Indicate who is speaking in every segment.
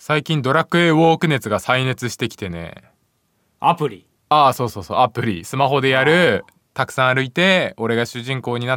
Speaker 1: 最近ドラクエウォーク熱が再熱してきてね。
Speaker 2: アプリ。
Speaker 1: ああ、そうそうそう、アプリ、スマホでやる。たくさん歩いて俺が主人公になって、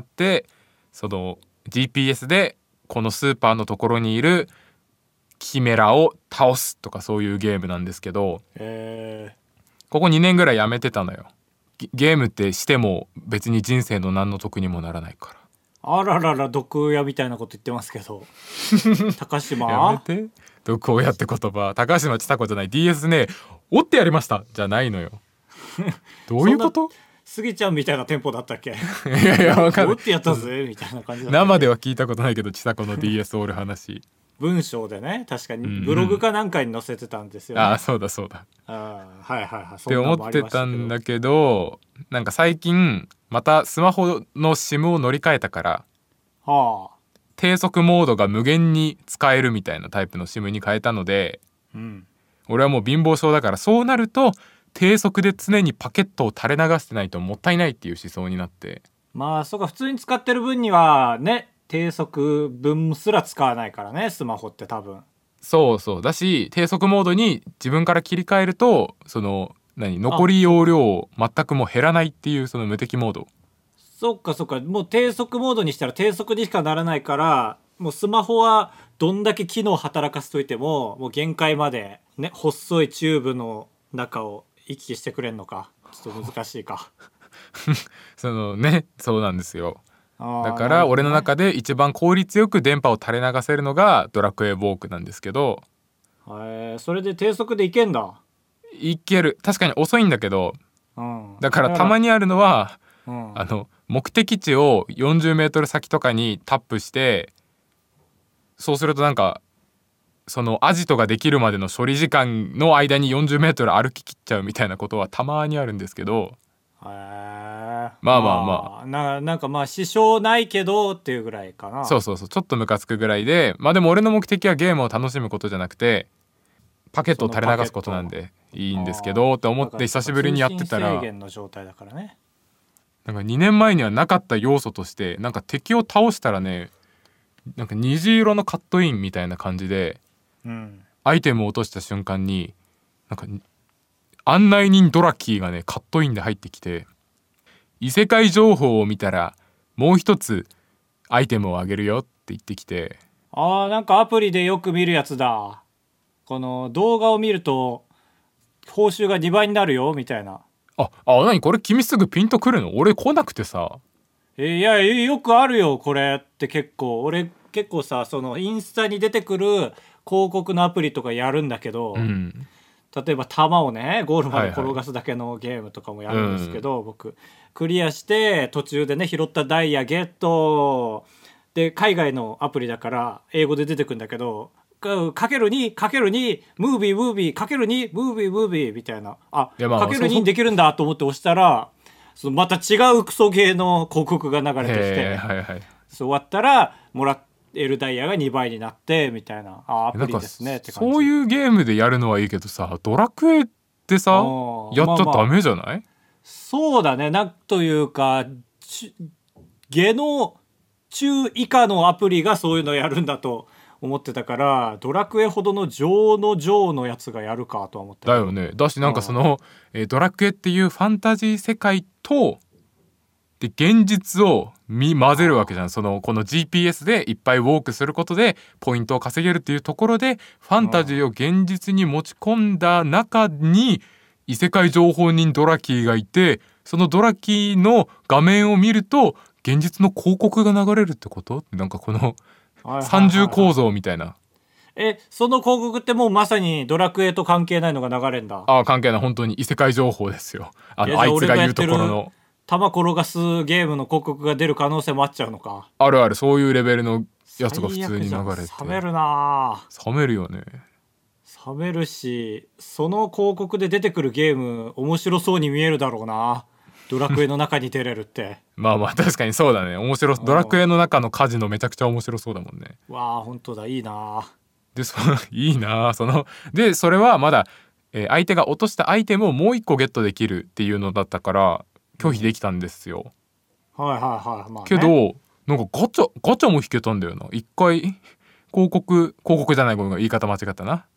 Speaker 1: その GPS でこのスーパーのところにいるキメラを倒すとか、そういうゲームなんですけど、ここ2年ぐらいやめてたのよ。ゲームってしても別に人生の何の得にもならないから。
Speaker 2: あららら、毒親みたいなこと言ってますけど高島
Speaker 1: やめて、毒親って言葉。高島ちさ子じゃない。 DS ね、折ってやりましたじゃないのよどういうこと？
Speaker 2: スギちゃんみたいなテンポだったっけ？
Speaker 1: いやいや、わかんない。
Speaker 2: 折ってやったぜみたいな感じだった。
Speaker 1: 生では聞いたことないけど、ちさ子の DS 折る話
Speaker 2: 文章でね、確かにブログかなんかに載せてたんですよね。
Speaker 1: ああ、そうだそうだ。
Speaker 2: はいはいはい。
Speaker 1: って思ってたんだけど、なんか最近またスマホの SIM を乗り換えたから、低速モードが無限に使えるみたいなタイプの SIM に変えたので、俺はもう貧乏症だから、そうなると低速で常にパケットを垂れ流してないともったいないっていう思想になって。
Speaker 2: まあそうか、普通に使ってる分にはね、低速分すら使わないからね、スマホって多分。
Speaker 1: そうそうだし、低速モードに自分から切り替えると、その残り容量を全くもう減らないっていう、その無敵モード。
Speaker 2: そっかそっか、もう低速モードにしたら低速にしかならないから、もうスマホはどんだけ機能働かせといてももう限界までね、細いチューブの中を行き来してくれんのか。ちょっと難しいか
Speaker 1: そのね、そうなんですよ。だから俺の中で一番効率よく電波を垂れ流せるのがドラクエウォークなんですけど。
Speaker 2: それで低速でいけんだ。
Speaker 1: いける。確かに遅いんだけど、だからたまにあるのは、目的地を40メートル先とかにタップして、そうするとなんかそのアジトができるまでの処理時間の間に40メートル歩き切っちゃうみたいなことはたまにあるんですけど。まあまあま
Speaker 2: あ、なんかまあ支障ないけどっていうぐらいかな。
Speaker 1: そうそうそう、ちょっとムカつくぐらいで、まあでも俺の目的はゲームを楽しむことじゃなくてパケットを垂れ流すことなんでいいんですけどって思って久しぶりにやってたら、
Speaker 2: 通信制限の状態だからね。
Speaker 1: なんか2年前にはなかった要素として、なんか敵を倒したらね、なんか虹色のカットインみたいな感じで、アイテムを落とした瞬間になんか案内人ドラキーがね、カットインで入ってきて、異世界情報を見たらもう一つアイテムをあげるよって言ってきて。
Speaker 2: なんかアプリでよく見るやつだ。この動画を見ると報酬が2倍になるよみたいな。
Speaker 1: 何これ、君すぐピンとくるの？俺来なくてさ。
Speaker 2: いやよくあるよこれって結構。俺結構さ、そのインスタに出てくる広告のアプリとかやるんだけど、例えば弾をねゴールまで転がすだけのゲームとかもやるんですけど、僕クリアして途中でね拾ったダイヤゲットで、海外のアプリだから英語で出てくるんだけど、かける2かける2ムービーかける2ムービーみたいな、かける2にできるんだと思って押したら、そのまた違うクソゲーの広告が流れてきて、そう終わったらもらえるダイヤが2倍になってみたいな。アプリですねって感じ。
Speaker 1: そういうゲームでやるのはいいけどさ、ドラクエってさやっちゃダメじゃない？
Speaker 2: そうだね。なんというかゲの中以下のアプリがそういうのやるんだと思ってたから、ドラクエほどの上のやつがやるかとは思ってた。
Speaker 1: だよね。だしなんかその、ドラクエっていうファンタジー世界とで現実を混ぜるわけじゃん。この GPS でいっぱいウォークすることでポイントを稼げるっていうところで、ファンタジーを現実に持ち込んだ中に異世界情報人ドラキーがいて、そのドラキーの画面を見ると現実の広告が流れるってこと？なんかこの三重構造みたいな。
Speaker 2: その広告ってもうまさにドラクエと関係ないのが流れるんだ。
Speaker 1: 関係ない。本当に異世界情報ですよ。あいつが言うところの
Speaker 2: 弾転がすゲームの広告が出る可能性もあっちゃうのか。
Speaker 1: あるある。そういうレベルのやつが普通に流れて。
Speaker 2: 冷めるな。
Speaker 1: 冷めるよね。
Speaker 2: 冷めるし、その広告で出てくるゲーム面白そうに見えるだろうな。ドラクエの中に出れるって
Speaker 1: まあ確かにそうだね。面白い。ドラクエの中のカジノめちゃくちゃ面白そうだもんね。
Speaker 2: わあ本当だ、いいな。
Speaker 1: でいいな。でそれはまだ、相手が落としたアイテムをもう一個ゲットできるっていうのだったから拒否できたんですよ。けどなんかガチャも引けたんだよな。一回広告じゃない、ごめん、言い方間違ったな。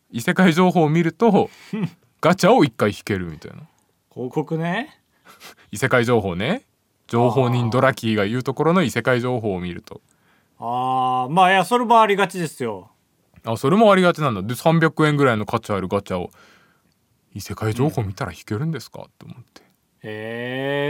Speaker 1: 異世界情報を見るとガチャを1回引けるみたいな。
Speaker 2: 広告ね。
Speaker 1: 異世界情報ね。情報人ドラキーが言うところの異世界情報を見ると。
Speaker 2: まあいやそれもありがちですよ。
Speaker 1: それもありがちなんだ。で300円ぐらいの価値あるガチャを異世界情報見たら引けるんですかって思って。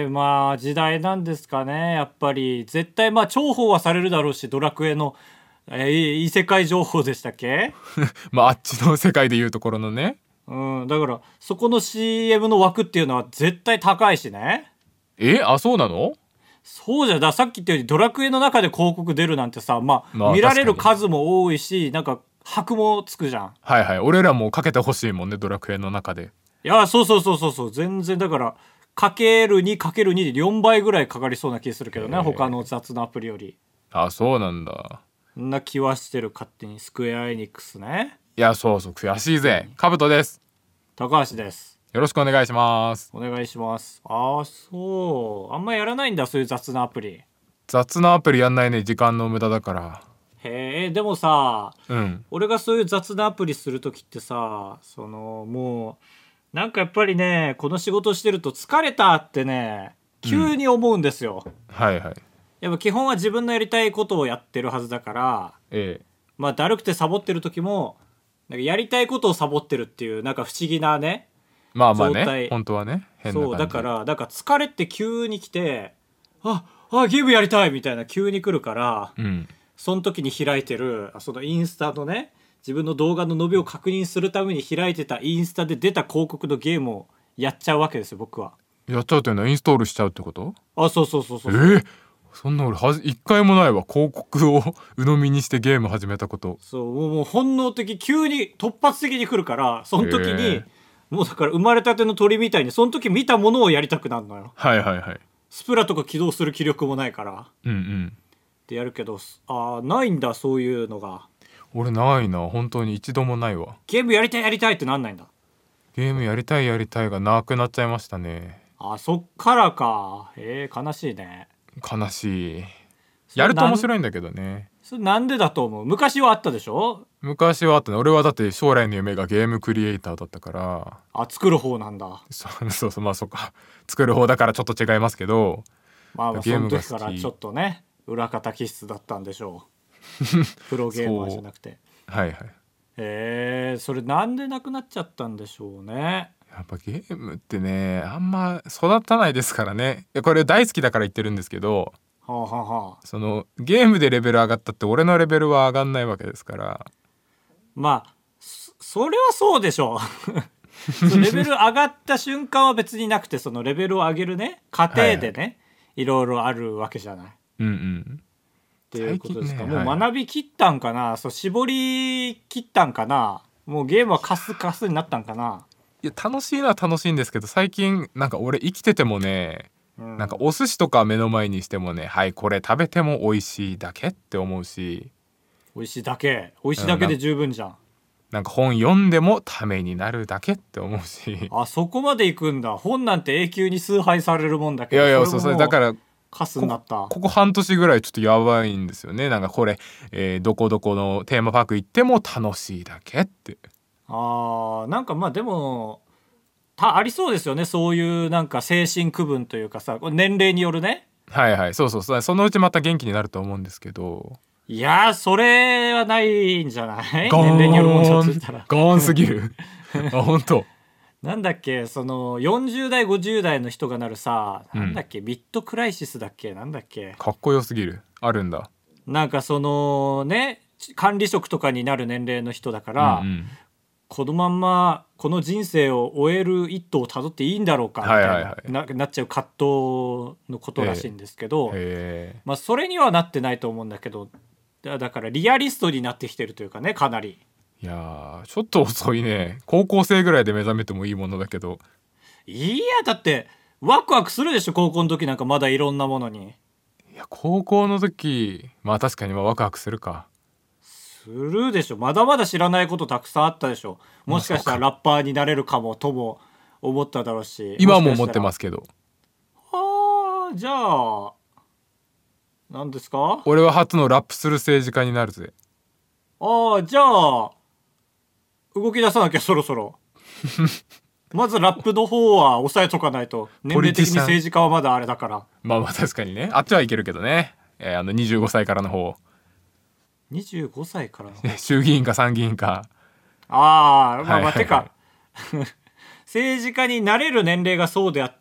Speaker 2: まあ時代なんですかね。やっぱり絶対まあ重宝はされるだろうし、ドラクエの、異世界情報でしたっけ
Speaker 1: まああっちの世界でいうところのね。
Speaker 2: だからそこの CM の枠っていうのは絶対高いしね。
Speaker 1: そうなの？
Speaker 2: そうじゃだ、さっき言ったようにドラクエの中で広告出るなんてさ、まあ見られる数も多いし、なんか箔もつくじゃん。
Speaker 1: はいはい、俺らもかけてほしいもんね、ドラクエの中で。
Speaker 2: いやそう全然だからかける2かける2で4倍ぐらいかかりそうな気するけどね、他の雑なアプリより。
Speaker 1: そうなんだ。
Speaker 2: そんな気はしてる、勝手に。スクエアエニックスね。
Speaker 1: いやそう悔しいぜ。カブトです。
Speaker 2: 高橋です。
Speaker 1: よろしくお願いします。
Speaker 2: お願いします。そうあんまやらないんだ、そういう雑なアプリ。
Speaker 1: 雑なアプリやんないね、時間の無駄だから。
Speaker 2: でもさ、俺がそういう雑なアプリする時ってさ、もうなんかやっぱりね、この仕事してると疲れたってね急に思うんですよ。
Speaker 1: はいはい。
Speaker 2: やっぱ基本は自分のやりたいことをやってるはずだから、まあだるくてサボってる時もなんかやりたいことをサボってるっていうなんか不思議なね。
Speaker 1: まあね、本当はね、変な感じ。
Speaker 2: そうだから疲れって急に来て、ゲームやりたいみたいな急に来るから、その時に開いてるそのインスタのね、自分の動画の伸びを確認するために開いてたインスタで出た広告のゲームをやっちゃうわけですよ、僕は。
Speaker 1: やっちゃうというのはインストールしちゃうってこと？
Speaker 2: そう
Speaker 1: そんな俺一回もないわ、広告を鵜呑みにしてゲーム始めたこと。
Speaker 2: もう本能的、急に突発的に来るから、その時にもうだから生まれたての鳥みたいにその時見たものをやりたくなるのよ。
Speaker 1: はいはいはい。
Speaker 2: スプラとか起動する気力もないから。ってやるけど、ないんだ、そういうのが。
Speaker 1: 俺ないな、本当に一度もないわ。
Speaker 2: ゲームやりたいってなんないんだ。
Speaker 1: ゲームやりたいがなくなっちゃいましたね。
Speaker 2: そっからか。悲しいね。
Speaker 1: 悲しい。やると面白いんだけどね。
Speaker 2: それなんでだと思う？昔はあったでしょ？
Speaker 1: 昔はあったね。俺はだって将来の夢がゲームクリエイターだったから。
Speaker 2: 作る方なんだ。
Speaker 1: そうまあそっか、作る方だからちょっと違いますけど、
Speaker 2: まあその時からちょっとね裏方気質だったんでしょうプロゲーマーじゃなくて。
Speaker 1: はいはい。
Speaker 2: それなんでなくなっちゃったんでしょうね。
Speaker 1: やっぱゲームってね、あんま育たないですからね。これ大好きだから言ってるんですけど、そのゲームでレベル上がったって俺のレベルは上がんないわけですから。
Speaker 2: まあそれはそうでしょうレベル上がった瞬間は別になくて、そのレベルを上げるね過程でね、いろいろあるわけじゃない。っていうことですか。もう学びきったんかな、絞りきったんかな、もうゲームはカスになったんかな。
Speaker 1: いや楽しいのは楽しいんですけど、最近なんか俺生きててもね、なんかお寿司とか目の前にしてもね、はいこれ食べても美味しいだけって思うし。
Speaker 2: 美味しいだけで十分じゃん。
Speaker 1: なんか本読んでもためになるだけって思うし。
Speaker 2: そこまでいくんだ。本なんて永久に崇拝されるもんだけど。
Speaker 1: いやそれだから
Speaker 2: カスになった。
Speaker 1: ここ半年ぐらいちょっとやばいんですよね。なんかこれ、どこどこのテーマパーク行っても楽しいだけって。
Speaker 2: なんかまあでもありそうですよね、そういうなんか精神区分というかさ、年齢によるね。
Speaker 1: そうそのうちまた元気になると思うんですけど。
Speaker 2: いやそれはないんじゃない？年齢によるもんだと言ったら
Speaker 1: ゴーンすぎる本当。
Speaker 2: なんだっけ、その40代50代の人がなるさ、なんだっけ、ミッドクライシスだっけ、なんだっけ。
Speaker 1: かっこよすぎる。あるんだ。
Speaker 2: なんかそのね、管理職とかになる年齢の人だから、このまんまこの人生を終える一途をたどっていいんだろうかみたいな、なっちゃう葛藤のことらしいんですけど、まあそれにはなってないと思うんだけど、だからリアリストになってきてるというかね、かなり。
Speaker 1: いやちょっと遅いね。高校生ぐらいで目覚めてもいいものだけど。
Speaker 2: いやだってワクワクするでしょ、高校の時なんかまだいろんなものに。
Speaker 1: いや高校の時まあ確かにワクワクするか。
Speaker 2: するでしょ。まだまだ知らないことたくさんあったでしょ。もしかしたらラッパーになれるかもとも思っただろうし。
Speaker 1: 今も思ってますけど。
Speaker 2: じゃあ何ですか？
Speaker 1: 俺は初のラップする政治家になるぜ。
Speaker 2: じゃあ動き出さなきゃそろそろまずラップの方は抑えとかないと。年齢的に政治家はまだあれだから。
Speaker 1: まあまあ確かにね、あっちはいけるけどね、25歳からの方。
Speaker 2: 25歳からの方
Speaker 1: 衆議院か参議院か。
Speaker 2: ああ、まあまあ、てか政治家になれる年齢がそうであって、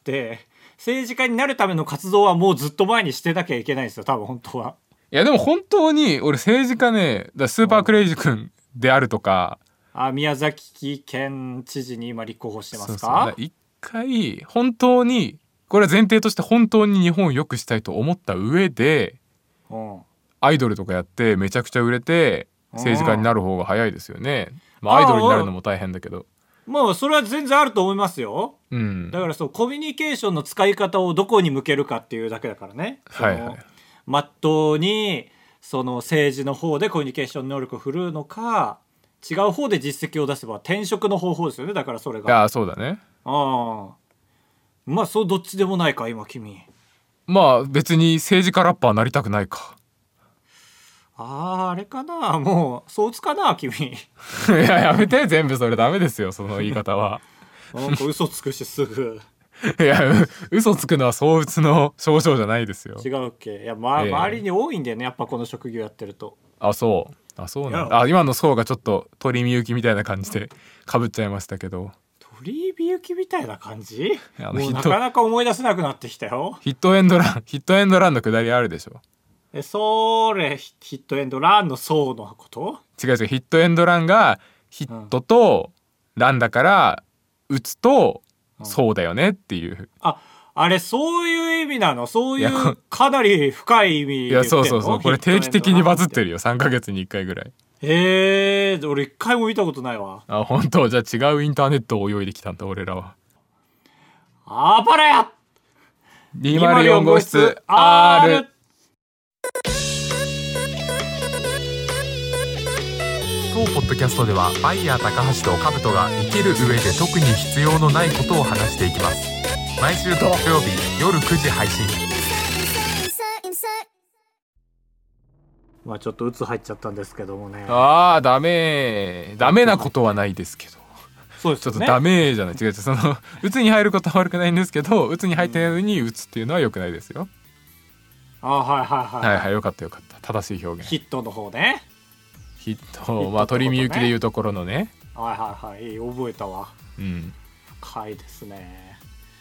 Speaker 2: 政治家になるための活動はもうずっと前にしてなきゃいけないんですよ、多分本当は。
Speaker 1: いやでも本当に俺政治家ね、スーパークレイジー君であるとか、
Speaker 2: 宮崎県知事に今立候補してますか。
Speaker 1: そうそう、一回本当にこれは前提として本当に日本を良くしたいと思った上で、アイドルとかやってめちゃくちゃ売れて政治家になる方が早いですよね。まあアイドルになるのも大変だけど、
Speaker 2: まあそれは全然あると思いますよ、だからそうコミュニケーションの使い方をどこに向けるかっていうだけだからね。まっとうにその政治の方でコミュニケーション能力を振るうのか、違う方で実績を出せば転職の方法ですよね。だからそれが。
Speaker 1: いやそうだね。
Speaker 2: まあそうどっちでもないか今君。
Speaker 1: まあ別に政治家ラッパーなりたくないか。
Speaker 2: あれかな、もうそうつかな君い
Speaker 1: ややめて、全部それダメですよその言い方は。
Speaker 2: なんか嘘つくしすぐ
Speaker 1: いや嘘つくのは相うつの症状じゃないですよ。
Speaker 2: 違うっけ。いや、周りに多いんだよねやっぱこの職業やってると。
Speaker 1: そうなんだ。今の層がちょっと鳥見ゆきみたいな感じでかぶっちゃいましたけど。
Speaker 2: 鳥見ゆきみたいな感じ、もうなかなか思い出せなくなってきたよ。
Speaker 1: ヒットエンドランのくだりあるでしょ。
Speaker 2: それヒットエンドランの層のこと。
Speaker 1: 違うヒットエンドランがヒットとランだから打つとそうだよねっていう、
Speaker 2: あれそういう意味なの。そういうかなり深い意味で言ってんの。
Speaker 1: いやそうこれ定期的にバズってるよ、3ヶ月に1回ぐらい。
Speaker 2: 俺一回も見たことないわ。
Speaker 1: 本当。じゃあ違うインターネットを泳いできたんだ俺らは。
Speaker 2: パラヤ
Speaker 1: 204号室 R。当ポッドキャストではバイヤー高橋とカブトが生きる上で特に必要のないことを話していきます。毎週土曜日夜9時配信。
Speaker 2: ちょっと鬱入っちゃったんですけどもね。
Speaker 1: ダメなことはないですけど、
Speaker 2: そうですね、
Speaker 1: ちょっとダメじゃない。違うその鬱に入ることは悪くないんですけど、鬱に入ってないのに鬱っていうのは良くないですよ。はいよかった正しい表現。
Speaker 2: ヒットの方ね。
Speaker 1: ヒット鳥見ゆきでいうところのね。
Speaker 2: 覚えたわ。深いですね。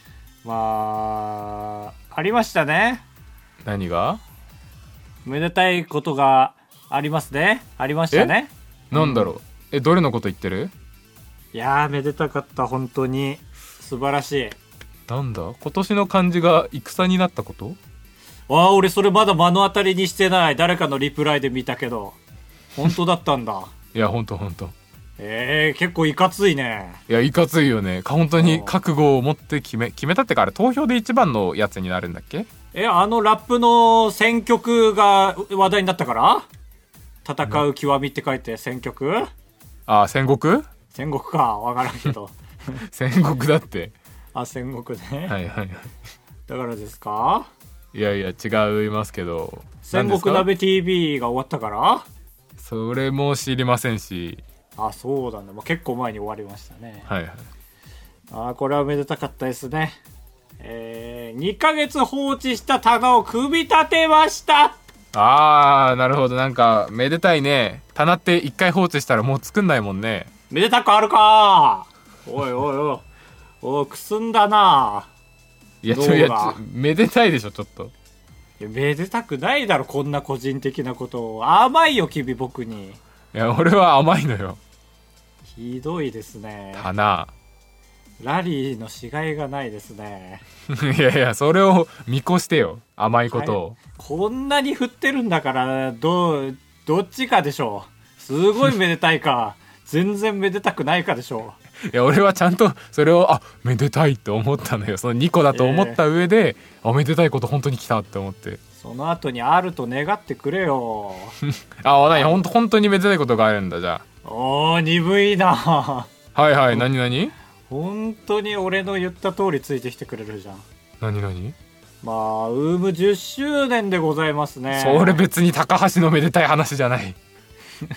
Speaker 2: ありましたね。
Speaker 1: 何が？
Speaker 2: めでたいことがありますね。ありましたね。
Speaker 1: なんだろう。どれのこと言ってる？
Speaker 2: いやめでたかった。本当に素晴らしい。
Speaker 1: なんだ今年の漢字が戦になったこと？
Speaker 2: 俺それまだ目の当たりにしてない。誰かのリプライで見たけど本当だったんだ。
Speaker 1: いや本当
Speaker 2: 結構いかついね。
Speaker 1: いやいかついよね。本当に覚悟を持って決めたってか、あれ投票で一番のやつになるんだっけ？
Speaker 2: ラップの選曲が話題になったから。戦う極みって書いて選曲。
Speaker 1: 戦国
Speaker 2: かわからんけど
Speaker 1: 戦国だって。
Speaker 2: 戦国ね。
Speaker 1: はい
Speaker 2: だからですか？
Speaker 1: いや違いますけど。
Speaker 2: 戦国鍋 TV が終わったから。
Speaker 1: それも知りませんし。
Speaker 2: そうだね。結構前に終わりましたね。これはめでたかったですね。2ヶ月放置した棚を組み立てました。
Speaker 1: なるほど。なんかめでたいね。棚って1回放置したらもう作んないもんね。
Speaker 2: めでたくあるか。おいくすんだな。
Speaker 1: いやめでたいでしょちょっと。
Speaker 2: めでたくないだろこんな個人的なことを。甘いよ君僕に。
Speaker 1: いや俺は甘いのよ。
Speaker 2: ひどいですね。
Speaker 1: 棚
Speaker 2: ラリーのしがいがないですね。
Speaker 1: いやそれを見越してよ、甘いことを。
Speaker 2: こんなに振ってるんだからどっちかでしょう。すごいめでたいか全然めでたくないかでしょ
Speaker 1: う。いや俺はちゃんとそれをめでたいって思ったのよ。その2個だと思った上で、めでたいこと本当に来たって思って。
Speaker 2: その後にあると願ってくれよ
Speaker 1: 本当にめでたいことがあるんだ。じゃ
Speaker 2: あ鈍いな。
Speaker 1: 何
Speaker 2: 本当に俺の言った通りついてきてくれるじゃん。
Speaker 1: 何
Speaker 2: ウーム10周年でございますね。
Speaker 1: それ別に高橋のめでたい話じゃない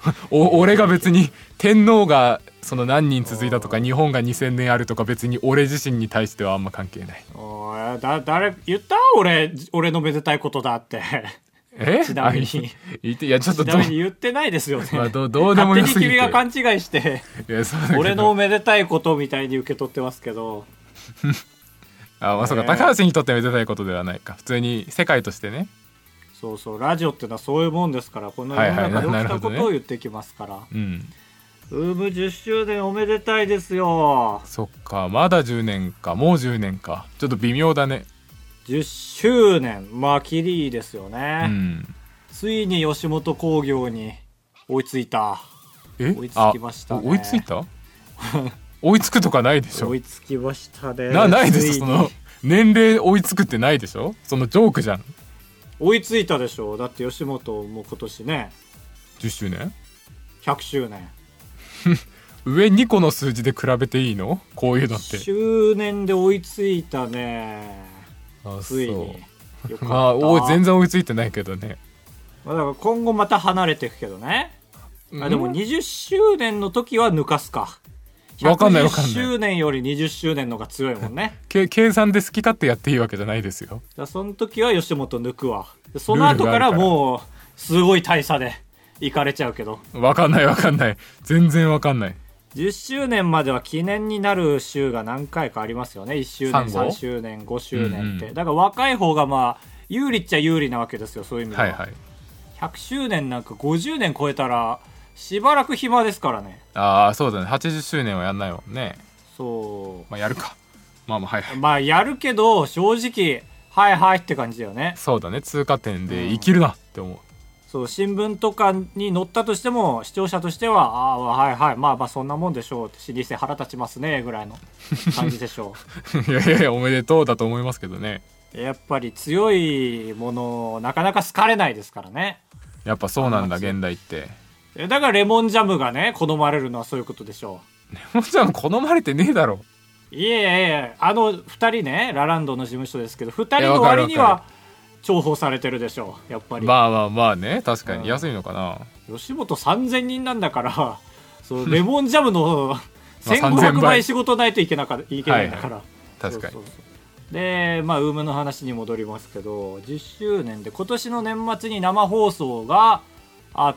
Speaker 1: 俺が別に天皇がその何人続いたとか日本が2000年あるとか別に俺自身に対してはあんま関係ない。
Speaker 2: おい誰言った？俺のめでたいことだってちなみに
Speaker 1: いやちょっと
Speaker 2: ちなみに言ってないですよね、
Speaker 1: まあ、どうでもよすぎて
Speaker 2: 勝手に君が勘違いして
Speaker 1: いやそうだけど
Speaker 2: 俺のめでたいことみたいに受け取ってますけど
Speaker 1: まあそうか、高橋にとってめでたいことではないか、普通に世界としてね。
Speaker 2: そうそう、ラジオっていうのはそういうもんですから、この世の中で起きたことを言ってきますから、
Speaker 1: うん、
Speaker 2: ウーム10周年おめでたいですよ。
Speaker 1: そっか、まだ10年か、もう10年か、ちょっと微妙だね。
Speaker 2: 10周年、まあキリいいですよね、
Speaker 1: うん、
Speaker 2: ついに吉本興業に追いついた。追いつきましたね。
Speaker 1: 追いついた追いつくとかないでしょ。
Speaker 2: 追いつきましたね。
Speaker 1: ないでしょ、その年齢追いつくってないでしょ、そのジョークじゃん。
Speaker 2: 追いついたでしょ。だって吉本も今年ね
Speaker 1: 10周年
Speaker 2: 100周年
Speaker 1: 上2個の数字で比べていいの、こういうのって。
Speaker 2: 周年で追いついたね。ついによかった
Speaker 1: まあ全然追いついてないけどね。
Speaker 2: だから今後また離れていくけどね、でも20周年の時は抜かすか。
Speaker 1: わかんない
Speaker 2: 110周年より20周年の方が強いもんね
Speaker 1: 計算で好き勝手やっていいわけじゃないですよ。
Speaker 2: だその時は吉本抜くわ。その後からもうすごい大差でいかれちゃうけど。
Speaker 1: わかんない全然わかんない。
Speaker 2: 10周年までは記念になる週が何回かありますよね。1周年3周年5周年って、だから若い方がまあ有利っちゃ有利なわけですよ、そういう意味では、はいはい、100周年なんか50年超えたらしばらく暇ですからね。
Speaker 1: ああそうだね、80周年はやんないもんね。
Speaker 2: そう、
Speaker 1: まあやるか、まあはいはい、
Speaker 2: まあやるけど正直はいはいって感じだよね。
Speaker 1: そうだね、通過点で生きるなって思う、
Speaker 2: そう新聞とかに載ったとしても視聴者としてはああはいはいまあまあそんなもんでしょうって、老舗腹立ちますねぐらいの感じでしょ
Speaker 1: ういやおめでとうだと思いますけどね。
Speaker 2: やっぱり強いものなかなか好かれないですからね。
Speaker 1: やっぱそうなんだ現代って。
Speaker 2: だからレモンジャムがね好まれるのはそういうことでしょ
Speaker 1: う。レモンジャム好まれてねえだろ。
Speaker 2: いえいえ、2人ね、ラランドの事務所ですけど2人の割には重宝されてるでしょうやっぱり。
Speaker 1: まあね、確かに安いのかな、
Speaker 2: 吉本3000人なんだからそうレモンジャムの1500倍仕事ないといけないんだから、はいはい、
Speaker 1: 確かに。
Speaker 2: そうでまあウームの話に戻りますけど、10周年で今年の年末に生放送があって、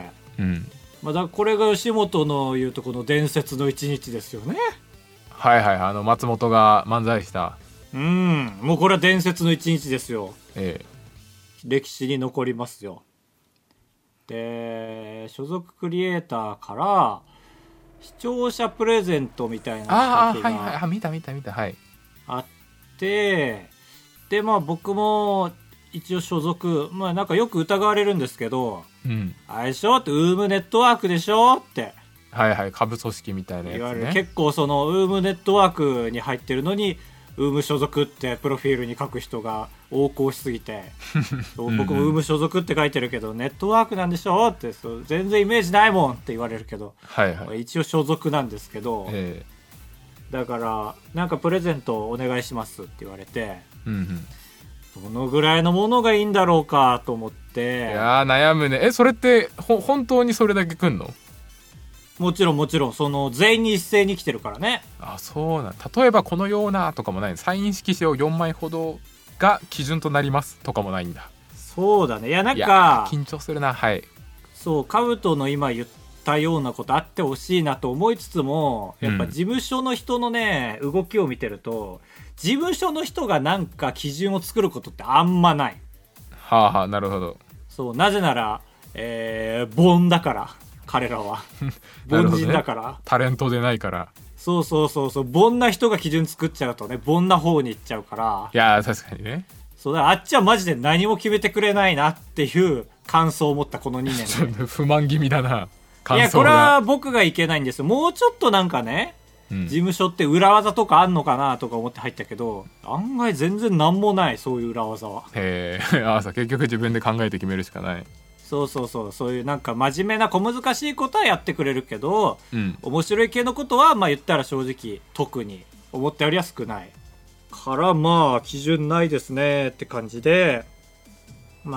Speaker 2: まあ、だこれが吉本のいうとこの伝説の一日ですよね。
Speaker 1: はいはい、松本が漫才した。
Speaker 2: もうこれは伝説の一日ですよ、
Speaker 1: 歴
Speaker 2: 史に残りますよ。で所属クリエイターから視聴者プレゼントみたいな企画が
Speaker 1: 見たはい
Speaker 2: あって、でまあ僕も一応所属、まあなんかよく疑われるんですけど、あれでしょってウームネットワークでしょって
Speaker 1: はいはい、下部組織みたいなやつね。
Speaker 2: 言われる。結構そのウームネットワークに入ってるのにウーム所属ってプロフィールに書く人が横行しすぎて僕もウーム所属って書いてるけどネットワークなんでしょって、そう全然イメージないもんって言われるけど、
Speaker 1: はいはい、
Speaker 2: 一応所属なんですけど、だからなんかプレゼントお願いしますって言われて、どのぐらいのものがいいんだろうかと思って。
Speaker 1: いや悩むね。それって本当にそれだけ来んの？
Speaker 2: もちろんその全員に一斉に来てるからね。
Speaker 1: あ、そうなん。例えばこのようなとかもないの？サイン色紙を4枚ほどが基準となりますとかもないんだ。
Speaker 2: そうだね。いやなんか
Speaker 1: 緊張するな。はい。
Speaker 2: そうカブトの今言ったようなことあってほしいなと思いつつも、やっぱ事務所の人のね、動きを見てると事務所の人がなんか基準を作ることってあんまない。
Speaker 1: はあはあ、なるほど。
Speaker 2: そう、なぜなら凡だから彼らは凡人だから、ね、
Speaker 1: タレントでないから。
Speaker 2: そう凡な人が基準作っちゃうとね、凡な方に行っちゃうから。
Speaker 1: いや確かにね。
Speaker 2: そうだ、あっちはマジで何も決めてくれないなっていう感想を持ったこの2年で
Speaker 1: 不満気味だな感想が。
Speaker 2: いやこれは僕がいけないんですよ。もうちょっとなんかね、事務所って裏技とかあんのかなとか思って入ったけど、案外全然なんもない、そういう裏技は。
Speaker 1: へえ結局自分で考えて決めるしかない。
Speaker 2: そういうなんか真面目な小難しいことはやってくれるけど、面白い系のことはまあ言ったら正直特に思ったよりは少ないから、まあ基準ないですねって感じで、まあ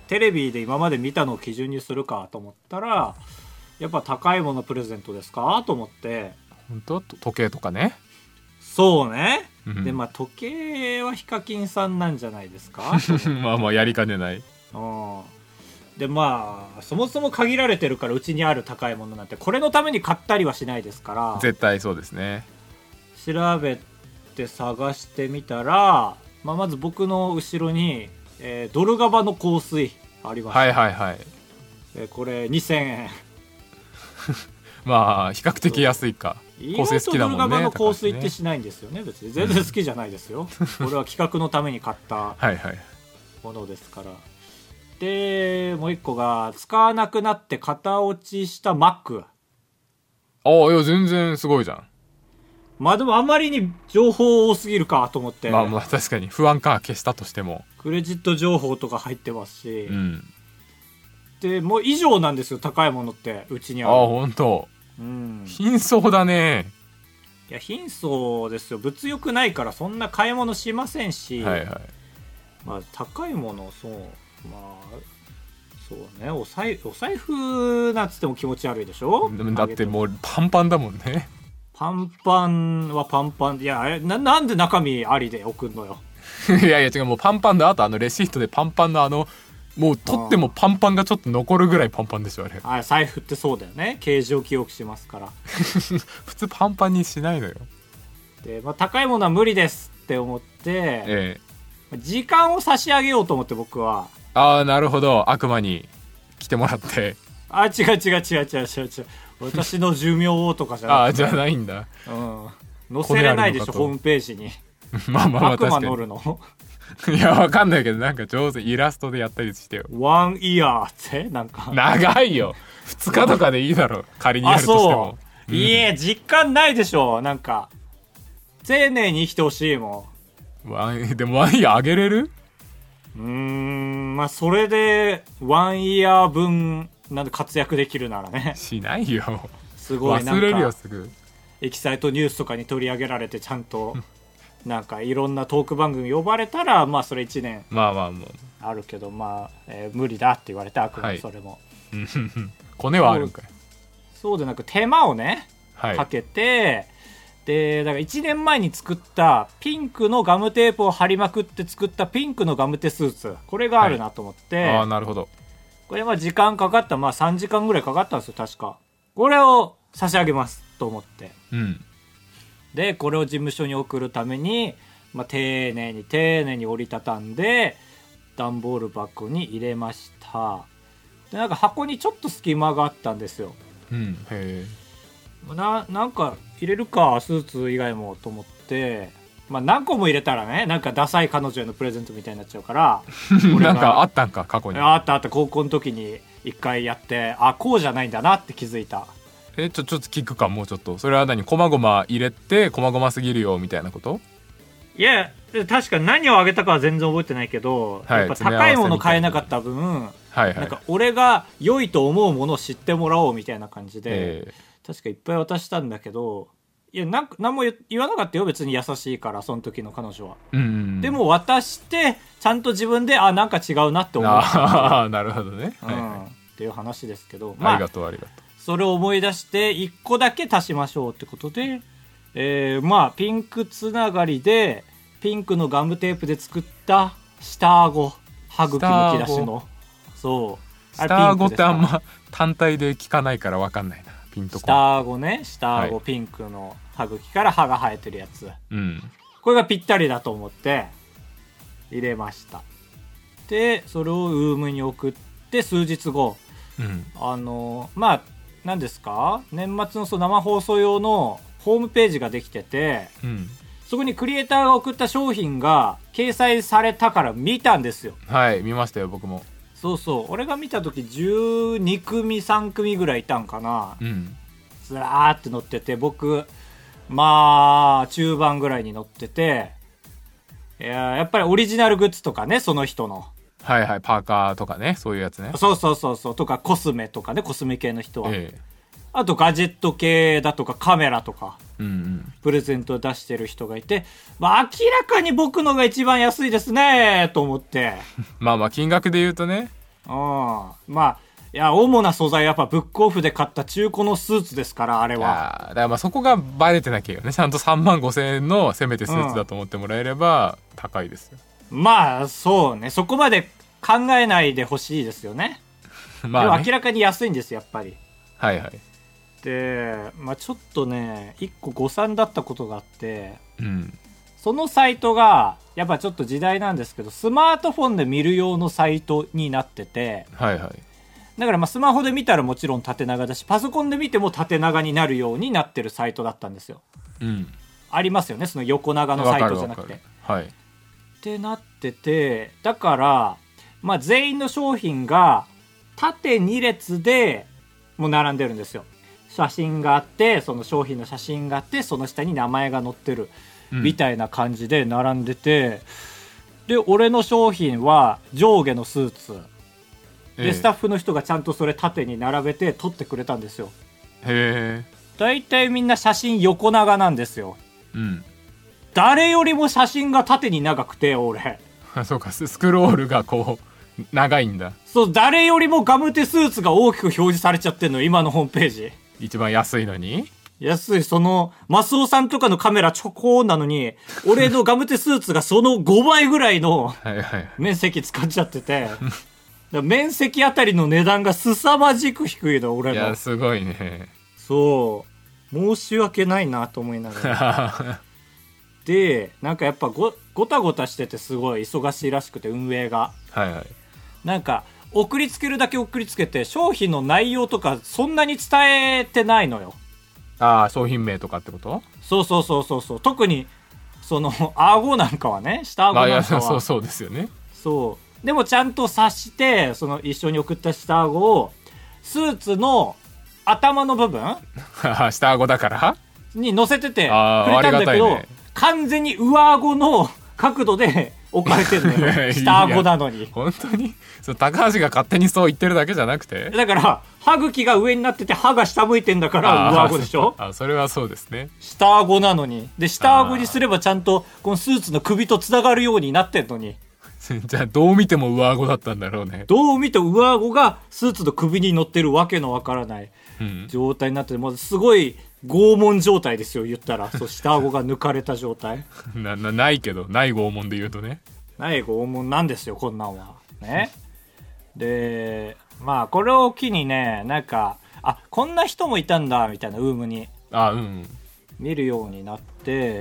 Speaker 2: テレビで今まで見たのを基準にするかと思ったら、やっぱ高いものプレゼントですかと思って。
Speaker 1: 本当？時計とかね。
Speaker 2: そうね、
Speaker 1: うん、
Speaker 2: でまあ時計はヒカキンさんなんじゃないですか
Speaker 1: まあまあやりかねない。
Speaker 2: でまあそもそも限られてるから、うちにある高いものなんてこれのために買ったりはしないですから。
Speaker 1: 絶対そうですね。
Speaker 2: 調べて探してみたら、まあ、まず僕の後ろに、ドルガバの香水ありました。
Speaker 1: はいはいはい。
Speaker 2: これ2000円
Speaker 1: まあ比較的安いか。香水好きだもんね。
Speaker 2: ドルガバの香水ってしないんですよね、別に全然好きじゃないですよ、俺は企画のために買ったものですから。でもう一個が使わなくなって型落ちしたマック。
Speaker 1: ああ、いや全然すごいじゃん。
Speaker 2: まあでもあまりに情報多すぎるかと思って。
Speaker 1: まあまあ確かに不安感消したとしても
Speaker 2: クレジット情報とか入ってますし、
Speaker 1: うん、
Speaker 2: でもう以上なんですよ、高いものってうちにある。
Speaker 1: ああ本当。うん、貧相だね。
Speaker 2: いや貧相ですよ、物欲ないからそんな買い物しませんし、
Speaker 1: はいはい。
Speaker 2: まあ高いもの、そうまあそうね、お財布なんつっても気持ち悪いでしょ。
Speaker 1: だってもうパンパンだもんね。
Speaker 2: パンパンはパンパン。いやなんで中身ありで送んのよ
Speaker 1: いやいや違う、もうパンパンだ。あとレシートでパンパンのもう取ってもパンパンがちょっと残るぐらいパンパンでしょあれ。
Speaker 2: 財布ってそうだよね、形状記憶しますから
Speaker 1: 普通パンパンにしないのよ。
Speaker 2: で、まあ、高いものは無理ですって思って、時間を差し上げようと思って、僕は。
Speaker 1: ああなるほど、悪魔に来てもらって。
Speaker 2: 違う私の寿命とかじゃなくて
Speaker 1: ああじゃないんだ。
Speaker 2: 載せれないでしょホームページに
Speaker 1: まあまあまあ
Speaker 2: 悪魔乗るの
Speaker 1: いやわかんないけど、なんか上手イラストでやったりしてよ。
Speaker 2: ワンイヤーってなんか
Speaker 1: 長いよ。2日とかでいいだろ仮にやるとしても。
Speaker 2: いえ実感ないでしょ。なんか丁寧に生きてほしいも
Speaker 1: ん。でもワンイヤーあげれる？
Speaker 2: まあそれでワンイヤー分なんで活躍できるならね。
Speaker 1: しないよ。
Speaker 2: すごいなんか
Speaker 1: 忘れるよすぐ。
Speaker 2: エキサイトニュースとかに取り上げられて、ちゃんとなんかいろんなトーク番組呼ばれたら、まあそれ1年あるけど、まあ、無理だって言われて、あくまでそれも、
Speaker 1: はい、コネはあるんかい。
Speaker 2: そうでなく手間をね、かけて、でだから1年前に作ったピンクのガムテープを貼りまくって作ったピンクのガムテスーツ、これがあるなと思って、
Speaker 1: ああなるほど。
Speaker 2: これまあ時間かかった、まあ3時間ぐらいかかったんですよ確か。これを差し上げますと思って、でこれを事務所に送るために、まあ、丁寧に折りたたんで段ボール箱に入れました。でなんか箱にちょっと隙間があったんですよ。
Speaker 1: へ
Speaker 2: え。なんか入れるかスーツ以外もと思って、まあ、何個も入れたらね、なんかダサい彼女へのプレゼントみたいになっちゃうから
Speaker 1: なんかあったんか過去に。
Speaker 2: あった高校の時に一回やって、こうじゃないんだなって気づいた。
Speaker 1: ちょっと聞くか、もうちょっと。それは何、こまごま入れてこまごますぎるよみたいなこと？
Speaker 2: いや確かに何をあげたかは全然覚えてないけど、やっぱ高いもの買えなかった分、なんか俺が良いと思うものを知ってもらおうみたいな感じで、確かいっぱい渡したんだけど、いや何も言わなかったよ別に、優しいからその時の彼女は、でも渡してちゃんと自分でなんか違うなって思う。
Speaker 1: なるほどね、
Speaker 2: っていう話ですけど、
Speaker 1: ありがとう
Speaker 2: それを思い出して1個だけ足しましょうってことで、まあピンクつながりでピンクのガムテープで作った下顎、歯茎むき出しの、そう
Speaker 1: 下顎ってあんま単体で聞かないから分かんないな、ピンとこ
Speaker 2: 下顎ね、下顎、ピンクの歯茎から歯が生えてるやつ、これがぴったりだと思って入れました。でそれをウームに送って数日後、まあ何ですか、年末の生放送用のホームページができてて、そこにクリエイターが送った商品が掲載されたから見たんですよ。
Speaker 1: はい見ましたよ僕も。
Speaker 2: そう俺が見た時12組3組ぐらいいたんかな、ずらーって乗ってて、僕まあ中盤ぐらいに乗ってて、やっぱりオリジナルグッズとかね、その人の
Speaker 1: パーカーとかね、そういうやつね。
Speaker 2: そうとかコスメとかね、コスメ系の人は、あとガジェット系だとかカメラとか、プレゼントを出してる人がいて、まあ、明らかに僕のが一番安いですねと思って
Speaker 1: まあ金額で言うとね、
Speaker 2: まあいや主な素材はやっぱブックオフで買った中古のスーツですからあれは。
Speaker 1: だからまあそこがバレてなきゃいいよね。ちゃんと3万5千円のせめてスーツだと思ってもらえれば高いですよ。
Speaker 2: まあそうね、そこまで考えないでほしいですよね。
Speaker 1: まあね、
Speaker 2: でも明らかに安いんですよやっぱり。
Speaker 1: はいはい。
Speaker 2: でまあちょっとね1個誤算だったことがあって、
Speaker 1: うん、
Speaker 2: そのサイトがやっぱちょっと時代なんですけどスマートフォンで見る用のサイトになってて、
Speaker 1: はいはい。
Speaker 2: だからまあスマホで見たらもちろん縦長だしパソコンで見ても縦長になるようになってるサイトだったんですよ。
Speaker 1: うん、
Speaker 2: ありますよねその横長のサイトじゃなくて。
Speaker 1: はい。
Speaker 2: ってなってて、だからまあ全員の商品が縦2列でもう並んでるんですよ。写真があってその商品の写真があってその下に名前が載ってるみたいな感じで並んでて、で俺の商品は上下のスーツで、スタッフの人がちゃんとそれ縦に並べて撮ってくれたんですよ。
Speaker 1: へえ。
Speaker 2: だいたいみんな写真横長なんですよ。
Speaker 1: うん。
Speaker 2: 誰よりも写真が縦に長くて俺
Speaker 1: そうか、スクロールがこう長いんだ。
Speaker 2: そう誰よりもガムテスーツが大きく表示されちゃってんの今のホームページ。
Speaker 1: 一番安いのに。
Speaker 2: 安い。そのマスオさんとかのカメラちょこーんなのに俺のガムテスーツがその5倍ぐらいの
Speaker 1: はいはい。
Speaker 2: 面積使っちゃってて面積あたりの値段が凄まじく低いの俺の。
Speaker 1: いやすごいね。
Speaker 2: そう申し訳ないなと思いながらでなんかやっぱごたごたしててすごい忙しいらしくて運営が
Speaker 1: はいはい。
Speaker 2: なんか送りつけるだけ送りつけて商品の内容とかそんなに伝えてないのよ。
Speaker 1: ああ、商品名とかってこと？
Speaker 2: そうそうそうそうそう。特にその顎なんかはね、下顎なんかは、
Speaker 1: まあ、そうですよね。
Speaker 2: そうでもちゃんと察してその一緒に送った下顎をスーツの頭の部分
Speaker 1: 下顎だから
Speaker 2: に乗せててくれ
Speaker 1: あ
Speaker 2: たんだけど、
Speaker 1: ね、
Speaker 2: 完全に上顎の角度で置かれてるのよ下顎なのに。
Speaker 1: 本当にそう高橋が勝手にそう言ってるだけじゃなくて、
Speaker 2: だから歯茎が上になってて歯が下向いてんだから上顎でしょ。
Speaker 1: それはそうですね。
Speaker 2: 下顎なのに。で下顎にすればちゃんとこのスーツの首とつながるようになってんのに
Speaker 1: じゃあどう見ても上顎だったんだろうね。
Speaker 2: どう見ても上顎がスーツの首に乗ってるわけのわからない状態になってて、もうすごい拷問状態ですよ言ったら。そう下顎が抜かれた状態
Speaker 1: ないけど、ない拷問で言うとね、
Speaker 2: ない拷問なんですよこんなんはね。でまあこれを機にね、なんかこんな人もいたんだみたいなウームに見るようになって、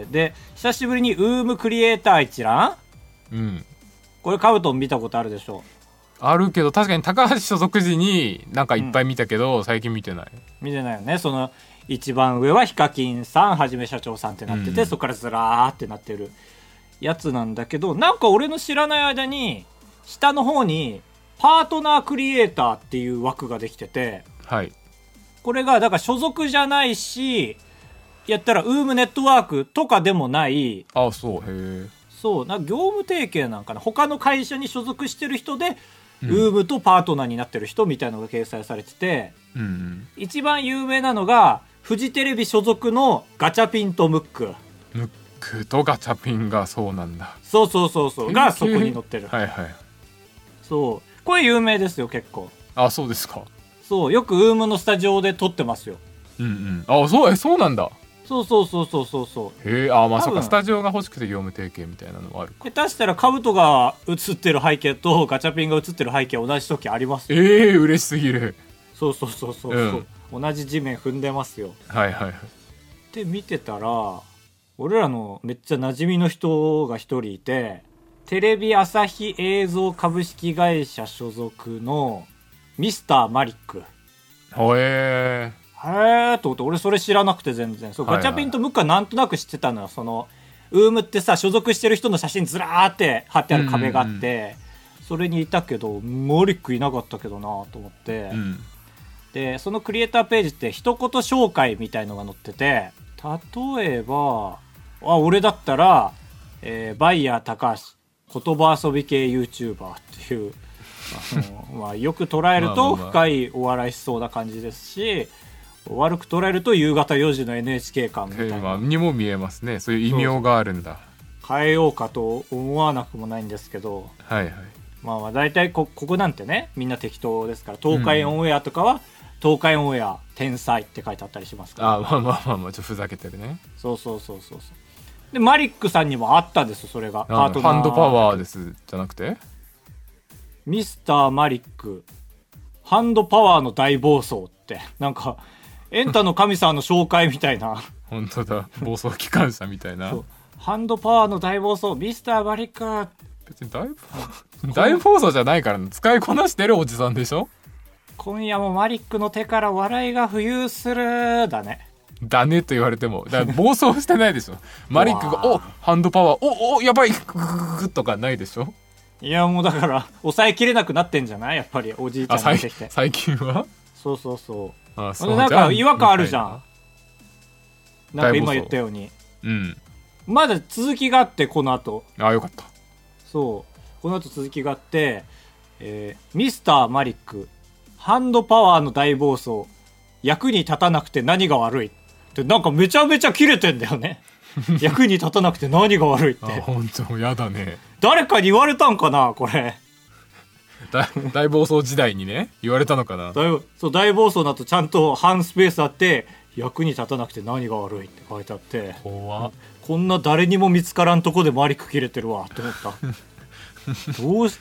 Speaker 2: で久しぶりにウームクリエイター一覧、これカブトン見たことあるでしょ。
Speaker 1: あるけど確かに高橋所属時になんかいっぱい見たけど、最近見てない
Speaker 2: よね。その一番上はヒカキンさんはじめ社長さんってなってて、そこからずらーってなってるやつなんだけど、なんか俺の知らない間に下の方にパートナークリエイターっていう枠ができてて、
Speaker 1: はい、
Speaker 2: これがだから所属じゃないし、やったらウームネットワークとかでもない、そうなんか業務提携なんかな、他の会社に所属してる人でウームとパートナーになってる人みたいなのが掲載されてて、一番有名なのがフジテレビ所属のガチャピンとムック
Speaker 1: とガチャピンがそうなんだ。
Speaker 2: そうがそこに載ってる。
Speaker 1: はいはい。
Speaker 2: そうこれ有名ですよ結構。
Speaker 1: そうですか。
Speaker 2: そうよくウームのスタジオで撮ってますよ。
Speaker 1: そうなんだ。
Speaker 2: そう
Speaker 1: へえ。まさかスタジオが欲しくて業務提携みたいなのはあるか。
Speaker 2: 下手したらカブトが映ってる背景とガチャピンが映ってる背景同じ時ありますよ。
Speaker 1: 嬉しすぎる。
Speaker 2: そう、同じ地面踏んでますよ。
Speaker 1: はいはい。
Speaker 2: で見てたら俺らのめっちゃ馴染みの人が一人いて、テレビ朝日映像株式会社所属のミスターマリック。へーと思って、俺それ知らなくて全然。そう、ガチャピンとムックはなんとなく知ってたのよ。そのウームってさ、所属してる人の写真ずらーって貼ってある壁があって、それにいたけどマリックいなかったけどなと思って、でそのクリエイターページって一言紹介みたいのが載ってて、例えば俺だったら、バイヤー高橋言葉遊び系 YouTuber っていうよく捉えると深いお笑いしそうな感じですし、悪く捉えると夕方4時の NHK 感みたいな
Speaker 1: にも見えますね。そういう異名があるんだ。
Speaker 2: 変えようかと思わなくもないんですけど、 まあまあ大体ここなんてねみんな適当ですから、東海オンエアとかは、東海オンエア天才って書いてあったりしますから。
Speaker 1: あ、まあまあまあまあ、ちょっとふざけてるね。
Speaker 2: そうでマリックさんにもあったんですよ、それが。パートナー
Speaker 1: ハンドパワーですじゃなくて、
Speaker 2: ミスターマリックハンドパワーの大暴走って、なんかエンタの神様の紹介みたいな。
Speaker 1: 本当だ、暴走機関車みたいな。
Speaker 2: ハンドパワーの大暴走ミスターマリック。
Speaker 1: 別に大暴走じゃないからね、使いこなしてるおじさんでしょ。
Speaker 2: 今夜もマリックの手から笑いが浮遊するだね。
Speaker 1: だねと言われても、だから暴走してないでしょ。マリックがおハンドパワーおやばいグググとかないでしょ。
Speaker 2: いやもうだから抑えきれなくなってんじゃない、やっぱりおじいちゃんが出てきて。
Speaker 1: 最近は
Speaker 2: そう
Speaker 1: あ、そう
Speaker 2: なんか違和感あるじゃん。なんか今言ったように、
Speaker 1: うん、
Speaker 2: まだ続きがあって、この後。
Speaker 1: あ、よかった。
Speaker 2: そうこの後続きがあって、ミスターマリックハンドパワーの大暴走役に立たなくて何が悪いって、なんかめちゃめちゃキレてんだよね。役に立たなくて何が悪いって。
Speaker 1: あ、本当やだね。
Speaker 2: 誰かに言われたんかなこれ。
Speaker 1: 大暴走時代にね言われたのかな。
Speaker 2: 大暴走だとちゃんと半スペースあって、役に立たなくて何が悪いって書いてあって、
Speaker 1: 怖っ。
Speaker 2: こんな誰にも見つからんとこでマリック切れてるわって思った。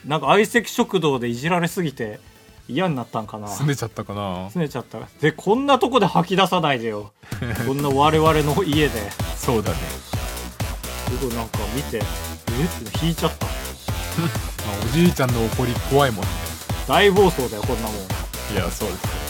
Speaker 2: なんか相席食堂でいじられすぎて嫌になったんかな。
Speaker 1: 拗ねちゃったかな。
Speaker 2: 拗ねちゃった。でこんなとこで吐き出さないでよ。こんな我々の家で。
Speaker 1: そうだね。
Speaker 2: すごいなんか見てって引いちゃった。ま
Speaker 1: あ、おじいちゃんの怒り怖いもんね。
Speaker 2: 大暴走だよこんなもん。
Speaker 1: いやそうですよ。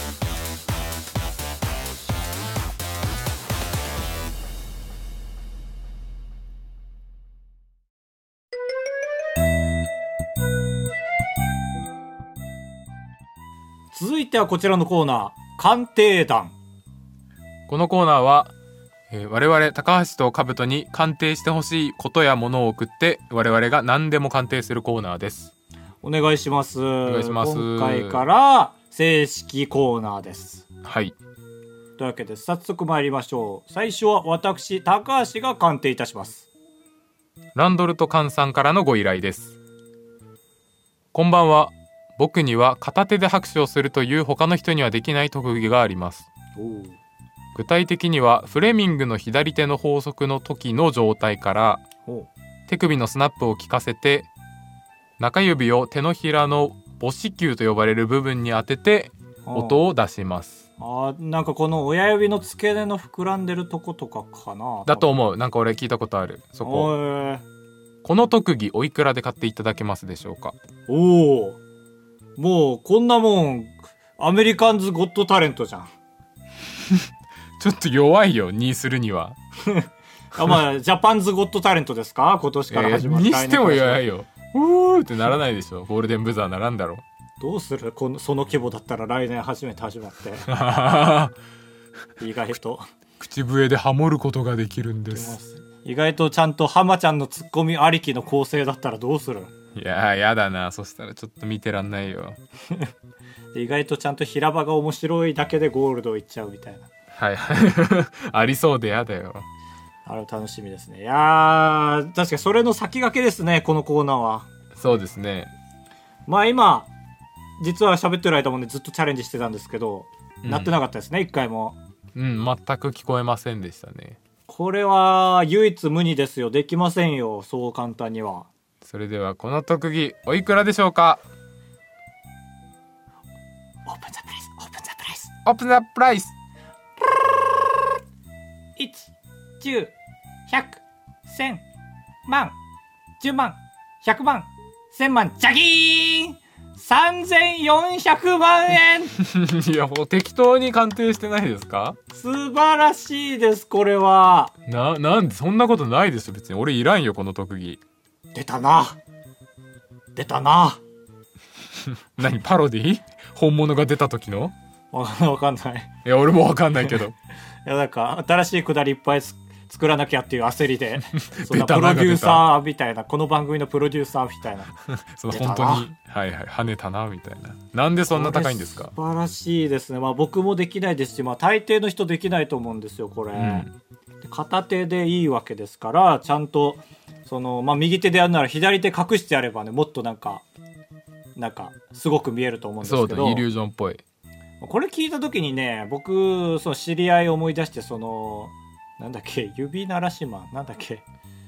Speaker 2: 続いてはこちらのコーナー、鑑定団。
Speaker 1: このコーナーは、我々高橋と兜に鑑定してほしいことやものを送って我々が何でも鑑定するコーナーです。
Speaker 2: お願いします。
Speaker 1: お願いします。
Speaker 2: 今回から正式コーナーです。
Speaker 1: はい。
Speaker 2: というわけで早速参りましょう。最初は私高橋が鑑定いたします。
Speaker 1: ランドルトカンさんからのご依頼です。こんばんは。僕には片手で拍手をするという他の人にはできない特技があります。具体的にはフレミングの左手の法則の時の状態から手首のスナップを効かせて中指を手のひらの母子球と呼ばれる部分に当てて音を出します。
Speaker 2: なんかこの親指の付け根の膨らんでるとことかかな。
Speaker 1: だと思う。なんか俺聞いたことある。そこ。この特技おいくらで買っていただけますでしょうか。
Speaker 2: おお、もうこんなもんアメリカンズゴットタレントじゃん。
Speaker 1: ちょっと弱いよ2するには。
Speaker 2: まあジャパンズゴットタレントですか、今年から始まる。
Speaker 1: にしても弱いよ。うーってならないでしょ。ゴールデンブザーならんだろ。
Speaker 2: どうするその規模だったら来年初めて始まって意外と
Speaker 1: 口笛でハモることができるんです。
Speaker 2: 意外とちゃんと浜ちゃんのツッコミありきの構成だったらどうする。
Speaker 1: いややだな。そしたらちょっと見てらんないよ。
Speaker 2: 意外とちゃんと平場が面白いだけでゴールドいっちゃうみたいな。
Speaker 1: はいありそうでやだよ。
Speaker 2: あれ楽しみですね。いや確かにそれの先駆けですね、このコーナーは。
Speaker 1: そうですね。
Speaker 2: まあ今実は喋ってる間もねずっとチャレンジしてたんですけど、なってなかったですね、一回も。
Speaker 1: 全く聞こえませんでしたね。
Speaker 2: これは唯一無二ですよ。できませんよ、そう簡単には。
Speaker 1: それではこの特技おいくらでしょうか。
Speaker 2: オープンザプライス、オープンザプライス、
Speaker 1: オープンザプライス。
Speaker 2: 1、10、100、1000万、10万、100万、1000万、ジャギーン3400万円。
Speaker 1: いやもう適当に鑑定してないですか。
Speaker 2: 素晴らしいです。これは
Speaker 1: なんでそんなことないですよ。別に俺いらんよこの特技。
Speaker 2: 出たな
Speaker 1: 何パロディ本物が出た時の。
Speaker 2: わかんない。
Speaker 1: いや俺もわかんないけど。
Speaker 2: いやなんか新しいくだりいっぱい作らなきゃっていう焦りでそんなプロデューサーみたいな、この番組のプロデューサーみたいな
Speaker 1: その本当に跳ねたなみたいな。なんでそんな高いんですか。
Speaker 2: 素晴らしいですね。まあ僕もできないですし、まあ大抵の人できないと思うんですよこれ、片手でいいわけですから、ちゃんとその、まあ、右手でやるなら左手隠してやればね、もっとなんかなんかすごく見えると思うんですけど、
Speaker 1: そうだ、イリュージョンっぽい。
Speaker 2: これ聞いた時にね、僕その知り合いを思い出して、そのなんだっけ、指鳴らしマンなんだっけ、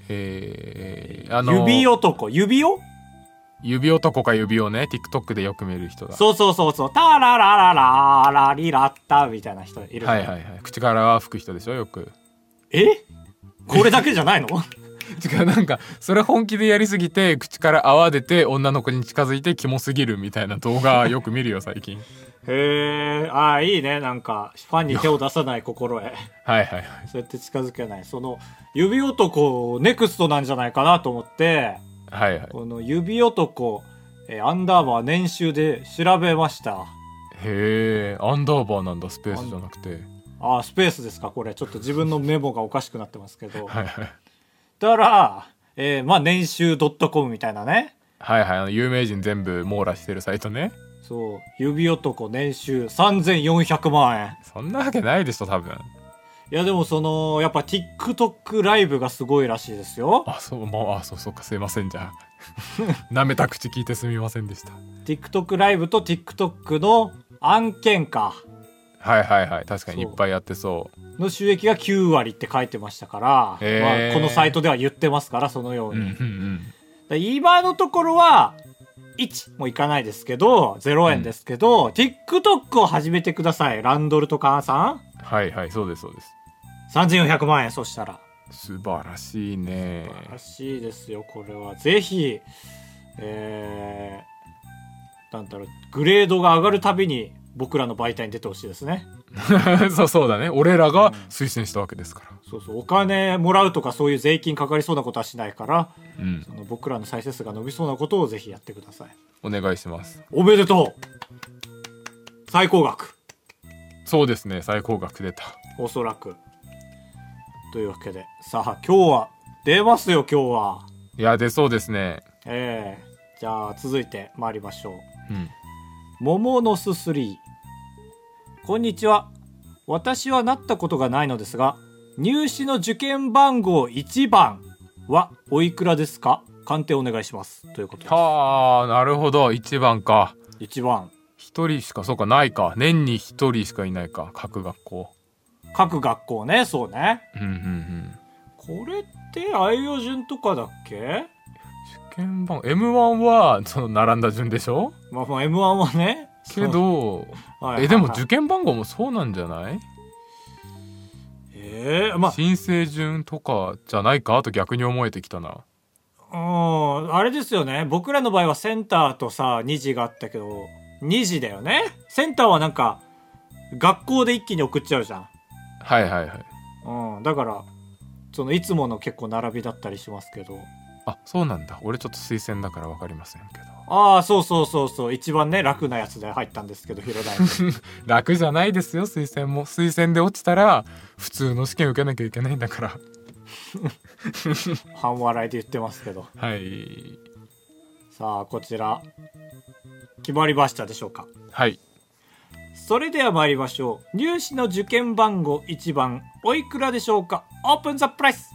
Speaker 2: 指男、指
Speaker 1: 男か指をね、 TikTok でよく見る人だ。
Speaker 2: そうタラララララリラッタみたいな人いる。
Speaker 1: はいはいはい。口から吹く人でしょ、よく。
Speaker 2: これだけじゃないの？
Speaker 1: 違う、なんかそれ本気でやりすぎて口から泡出て女の子に近づいてキモすぎるみたいな動画よく見るよ最近。
Speaker 2: へえ、いいね。なんかファンに手を出さない心得。
Speaker 1: はいはいはい。
Speaker 2: そうやって近づけない。その指男ネクストなんじゃないかなと思って、
Speaker 1: はいはい。
Speaker 2: この指男アンダーバー年収で調べました。
Speaker 1: へえ、アンダーバーなんだ、スペースじゃなくて。
Speaker 2: スペースですか。これちょっと自分のメモがおかしくなってますけど。
Speaker 1: はいはい。
Speaker 2: だから、まあ年収 .com みたいなね。
Speaker 1: はいはい、有名人全部網羅してるサイトね。
Speaker 2: そう、指男年収3400万円。
Speaker 1: そんなわけないでしょ多分。
Speaker 2: いやでもそのやっぱ TikTok ライブがすごいらしいですよ。
Speaker 1: そうか、すいません、じゃあ舐めた口聞いてすみませんでした。
Speaker 2: TikTok ライブと TikTok の案件か。
Speaker 1: はいはいはい、確かにいっぱいやってそう
Speaker 2: の収益が9割って書いてましたから、まあ、このサイトでは言ってますから、そのように、今のところは1もいかないですけど0円ですけど、TikTok を始めてください、ランドルとかさん。
Speaker 1: はいはい、そうですそうです。
Speaker 2: 3400万円。そしたら
Speaker 1: 素晴らしいね。
Speaker 2: 素晴らしいですよ。これはぜひなんだろう、グレードが上がるたびに僕らの媒体に出てほしいですね。
Speaker 1: そうだね、俺らが推薦したわけですから、
Speaker 2: そうお金もらうとかそういう税金かかりそうなことはしないから、その僕らの再生数が伸びそうなことをぜひやってください。
Speaker 1: お願いします。
Speaker 2: おめでとう。最高額。
Speaker 1: そうですね、最高額出た、
Speaker 2: おそらく。というわけで、さあ今日は出ますよ。今日はい
Speaker 1: や出そうですね。
Speaker 2: じゃあ続いて参りましょう。桃のす3。こんにちは。私はなったことがないのですが、入試の受験番号1番はおいくらですか？鑑定お願いします。ということです。
Speaker 1: はあ、なるほど。1番か。
Speaker 2: 1番。
Speaker 1: 1人しか、そうか、ないか。年に1人しかいないか、各学校。
Speaker 2: 各学校ね、そうね。これってあいうえお順とかだっけ？
Speaker 1: 受験番号 M1 はその並んだ順でしょ。
Speaker 2: まあ M1 はね。
Speaker 1: けどでも受験番号もそうなんじゃない？申請順とかじゃないかと逆に思えてきたな。
Speaker 2: あれですよね。僕らの場合はセンターとさ2次があったけど2次だよね。センターはなんか学校で一気に送っちゃうじゃん。
Speaker 1: はいはいはい。
Speaker 2: だからそのいつもの結構並びだったりしますけど。
Speaker 1: あ、そうなんだ。俺ちょっと推薦だから分かりませんけど。
Speaker 2: そう一番ね楽なやつで入ったんですけど、広大に
Speaker 1: 楽じゃないですよ。推薦も推薦で落ちたら普通の試験受けなきゃいけないんだから
Speaker 2: 半笑いで言ってますけど。
Speaker 1: はい。
Speaker 2: さあこちら決まりましたでしょうか？
Speaker 1: はい。
Speaker 2: それでは参りましょう。入試の受験番号1番おいくらでしょうか？オープンザプライス。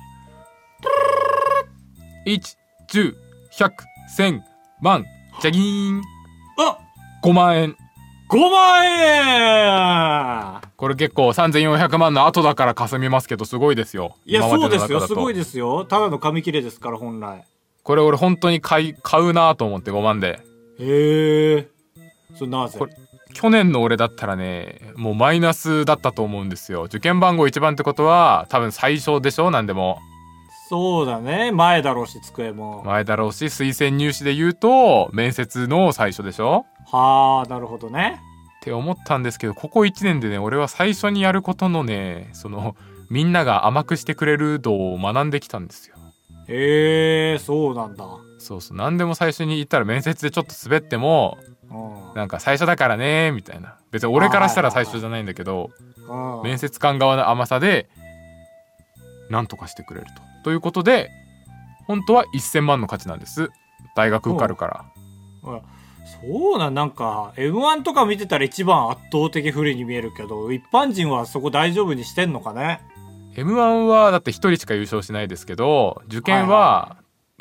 Speaker 1: 1、10、100、1000万。ジャギーン。5万円。
Speaker 2: 5万円。
Speaker 1: これ結構3400万の後だからかすみますけどすごいですよ。
Speaker 2: いやそうですよ、すごいですよ。ただの紙切れですから本来。
Speaker 1: これ俺本当に買うなと思って5万で。
Speaker 2: へえ。それなぜ？
Speaker 1: 去年の俺だったらね、もうマイナスだったと思うんですよ。受験番号1番ってことは多分最初でしょ、なんでも。
Speaker 2: そうだね、前だろうし机も
Speaker 1: 前だろうし、推薦入試で言うと面接の最初でしょ。
Speaker 2: はあ、なるほどね
Speaker 1: って思ったんですけど、ここ1年でね、俺は最初にやることのね、そのみんなが甘くしてくれる度を学んできたんですよ。
Speaker 2: へえ、そうなんだ。
Speaker 1: そうそう、何でも最初に言ったら面接でちょっと滑っても、なんか最初だからねみたいな、別に俺からしたら最初じゃないんだけど、面接官側の甘さでなんとかしてくれるということで、本当は1000万の価値なんです。大学受かるから。
Speaker 2: そうなんか M1 とか見てたら一番圧倒的不利に見えるけど、一般人はそこ大丈夫にしてんのかね。
Speaker 1: M1 はだって1人しか優勝しないですけど、受験は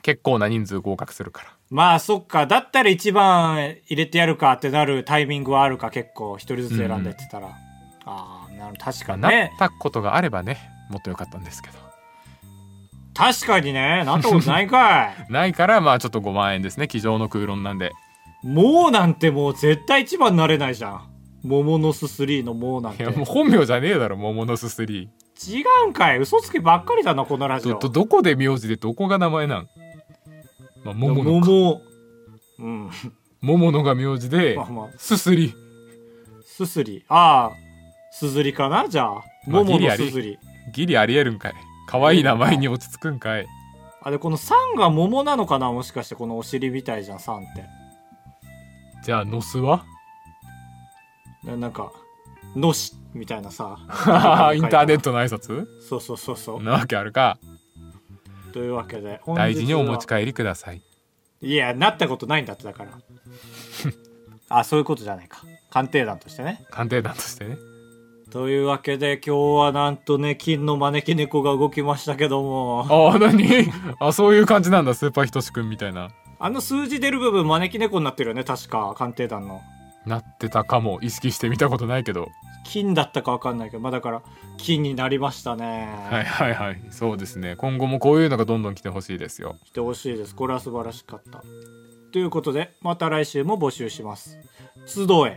Speaker 1: 結構な人数合格するから。
Speaker 2: まあそっか、だったら1番入れてやるかってなるタイミングはあるか。結構一人ずつ選んでって言ったら、ああなる確かにね。
Speaker 1: なったことがあればねもっと良かったんですけど。
Speaker 2: 確かにね、なったことないかい
Speaker 1: ないから、まあちょっと5万円ですね。机上の空論なんで。
Speaker 2: もうなんてもう絶対1番になれないじゃん。桃のす3のもうなんて。
Speaker 1: いやもう本名じゃねえだろ、桃のす3。
Speaker 2: 違うんかい、嘘つきばっかりだなこのラジオ。
Speaker 1: どこで名字でどこが名前なん？まあ、桃の
Speaker 2: 桃、うん、
Speaker 1: 桃のが名字で、すすり
Speaker 2: すすり、ああすずりかな。じゃあ桃のすずり、
Speaker 1: ギリありえるんかい。可愛い名前に落ち着くんかい。
Speaker 2: あれこの3が桃なのかな、もしかして。このお尻みたいじゃん3って。
Speaker 1: じゃあのすは
Speaker 2: なんかのしみたいなさ
Speaker 1: インターネットの挨拶。
Speaker 2: そう
Speaker 1: なわけあるか。
Speaker 2: というわけで
Speaker 1: 大事にお持ち帰りください。
Speaker 2: いやなったことないんだって。だからあ、そういうことじゃないか。鑑定団としてね。
Speaker 1: 鑑定団としてね。
Speaker 2: というわけで今日はなんとね、金の招き猫が動きましたけども。
Speaker 1: あ、何あ、そういう感じなんだ。スーパーひとしくんみたいな。
Speaker 2: あの数字出る部分招き猫になってるよね、確か。鑑定団の
Speaker 1: なってたかも。意識してみたことないけど。
Speaker 2: 金だったか分かんないけど、まあだから金になりましたね。
Speaker 1: はいそうですね。今後もこういうのがどんどん来てほしいですよ。
Speaker 2: 来てほしいです。これは素晴らしかった。ということでまた来週も募集します。集え。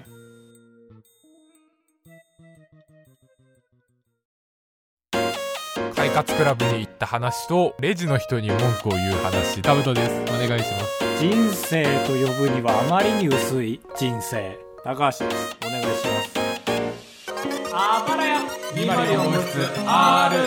Speaker 1: 快活クラブに行った話とレジの人に文句を言う話。タブトです。お願いします。
Speaker 2: 人生と呼ぶにはあまりに薄い人生。高橋です。お願いします。あばらや
Speaker 1: 2マリオン室 R。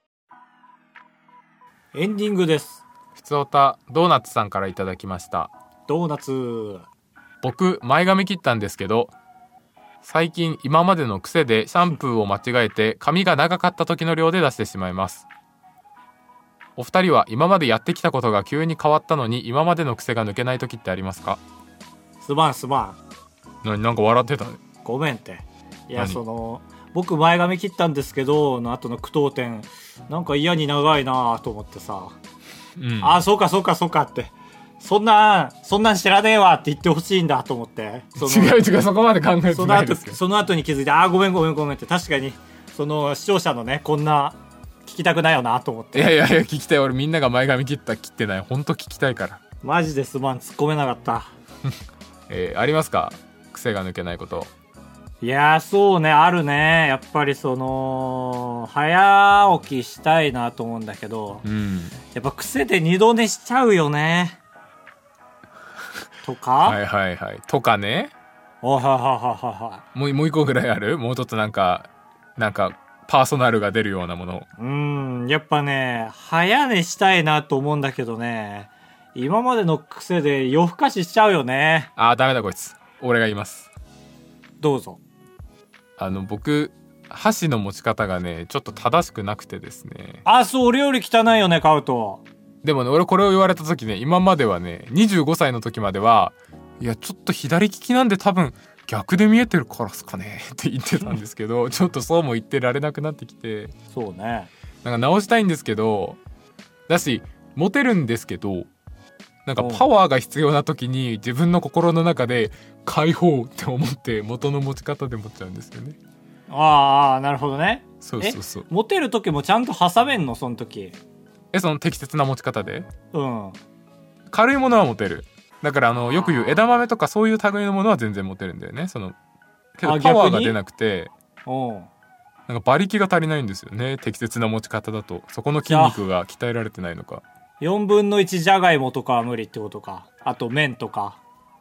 Speaker 2: エンディングです。
Speaker 1: ふつおたドーナツさんからいただきました。
Speaker 2: ドーナツ。
Speaker 1: 僕前髪切ったんですけど、最近今までの癖でシャンプーを間違えて髪が長かった時の量で出してしまいます。お二人は今までやってきたことが急に変わったのに今までの癖が抜けない時ってありますか？
Speaker 2: すまん
Speaker 1: なんか笑ってたね。
Speaker 2: ごめんって。いや、その僕前髪切ったんですけどの後の句読点なんか嫌に長いなと思ってさ、あ、そうかってそんなん知らねえわって言ってほしいんだと思って。
Speaker 1: 違うそこまで考えてないですけど、
Speaker 2: その後に気づいて、ごめんって。確かにその視聴者のね、こんな聞きたくないよなと思って。
Speaker 1: いや聞きたい。俺みんなが前髪切ってない、ほんと聞きたいから。
Speaker 2: マジですまん、突っ込めなかった
Speaker 1: ありますか？癖が抜けないこと。
Speaker 2: いやそうね、あるね。やっぱりその早起きしたいなと思うんだけど、やっぱ癖で二度寝しちゃうよねとか。
Speaker 1: はいとかね。
Speaker 2: もう
Speaker 1: 一個ぐらいある？もうちょっとなんかパーソナルが出るようなもの。
Speaker 2: やっぱね、早寝したいなと思うんだけどね、今までの癖で夜更かししちゃうよね。
Speaker 1: ダメだこいつ。俺が言います。
Speaker 2: どうぞ。
Speaker 1: 僕箸の持ち方がねちょっと正しくなくてですね。
Speaker 2: そう、俺より汚いよね、カウト。
Speaker 1: でもね、俺これを言われた時ね、今まではね、25歳の時までは、いやちょっと左利きなんで多分逆で見えてるからっすかねって言ってたんですけどちょっとそうも言ってられなくなってきて。
Speaker 2: そうね、
Speaker 1: なんか直したいんですけど、だしモテるんですけど、なんかパワーが必要な時に自分の心の中で解放って思って元の持ち方で持っちゃうんですよね。
Speaker 2: なるほどね。
Speaker 1: そう
Speaker 2: モテる時もちゃんと挟めんの？その時
Speaker 1: その適切な持ち方で。軽いものはモテる。だからよく言う枝豆とかそういう類のものは全然モテるんだよね。けどパワーが出なくて、なんか馬力が足りないんですよね。適切な持ち方だとそこの筋肉が鍛えられてないのか。
Speaker 2: 4分の1じゃがいもとかは無理ってことか。あと麺とか。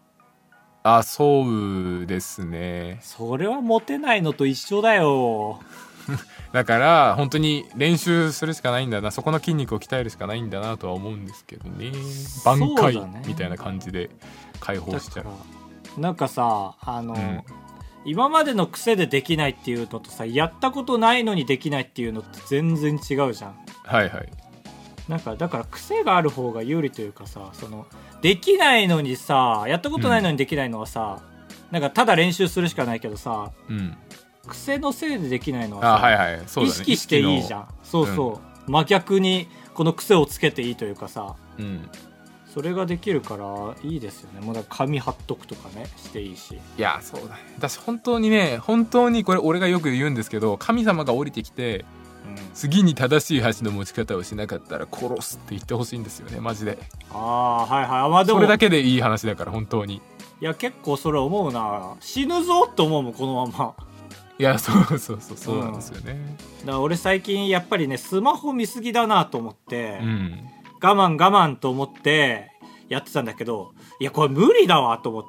Speaker 1: そうですね。
Speaker 2: それはモテないのと一緒だよ
Speaker 1: だから本当に練習するしかないんだな、そこの筋肉を鍛えるしかないんだなとは思うんですけどね。挽回みたいな感じで解放しちゃう。
Speaker 2: なんかさ、今までの癖でできないっていうのとさ、やったことないのにできないっていうのって全然違うじゃん。なんかだから癖がある方が有利というかさ、できないのにさ、やったことないのにできないのはさ、なんかただ練習するしかないけどさ、癖のせいでできないのはさ、そうだね、意識していいじゃん。真逆にこの癖をつけていいというかさ、 それができるからいいですよね。もうだから紙貼っとくとかねしていいし。
Speaker 1: いやそうだね。私本当にこれ俺がよく言うんですけど、神様が降りてきて、次に正しい箸の持ち方をしなかったら殺すって言ってほしいんですよね、マジで。
Speaker 2: ああー、はいはい。まあでも
Speaker 1: それだけでいい話だから本当に。
Speaker 2: いや結構それ思うな。死ぬぞって思うもんこのまま。
Speaker 1: いやそうなんですよね。
Speaker 2: だから俺最近やっぱりねスマホ見すぎだなと思って、
Speaker 1: 我
Speaker 2: 慢と思ってやってたんだけど、いやこれ無理だわと思って、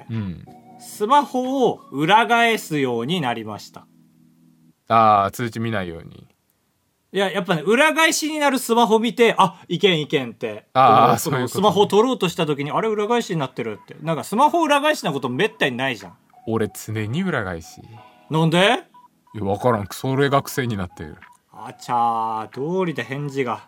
Speaker 2: スマホを裏返すようになりました。
Speaker 1: ああ、通知見ないように。
Speaker 2: いややっぱね裏返しになるスマホ見て、あ、いけんって、そのスマホを取ろうとした時にあれ裏返しになってるって、なんかスマホ裏返しなことめったにないじゃん。
Speaker 1: 俺常に裏返し。
Speaker 2: なんで？
Speaker 1: いや分からん、それが癖になってる。
Speaker 2: あちゃー、通りで返事が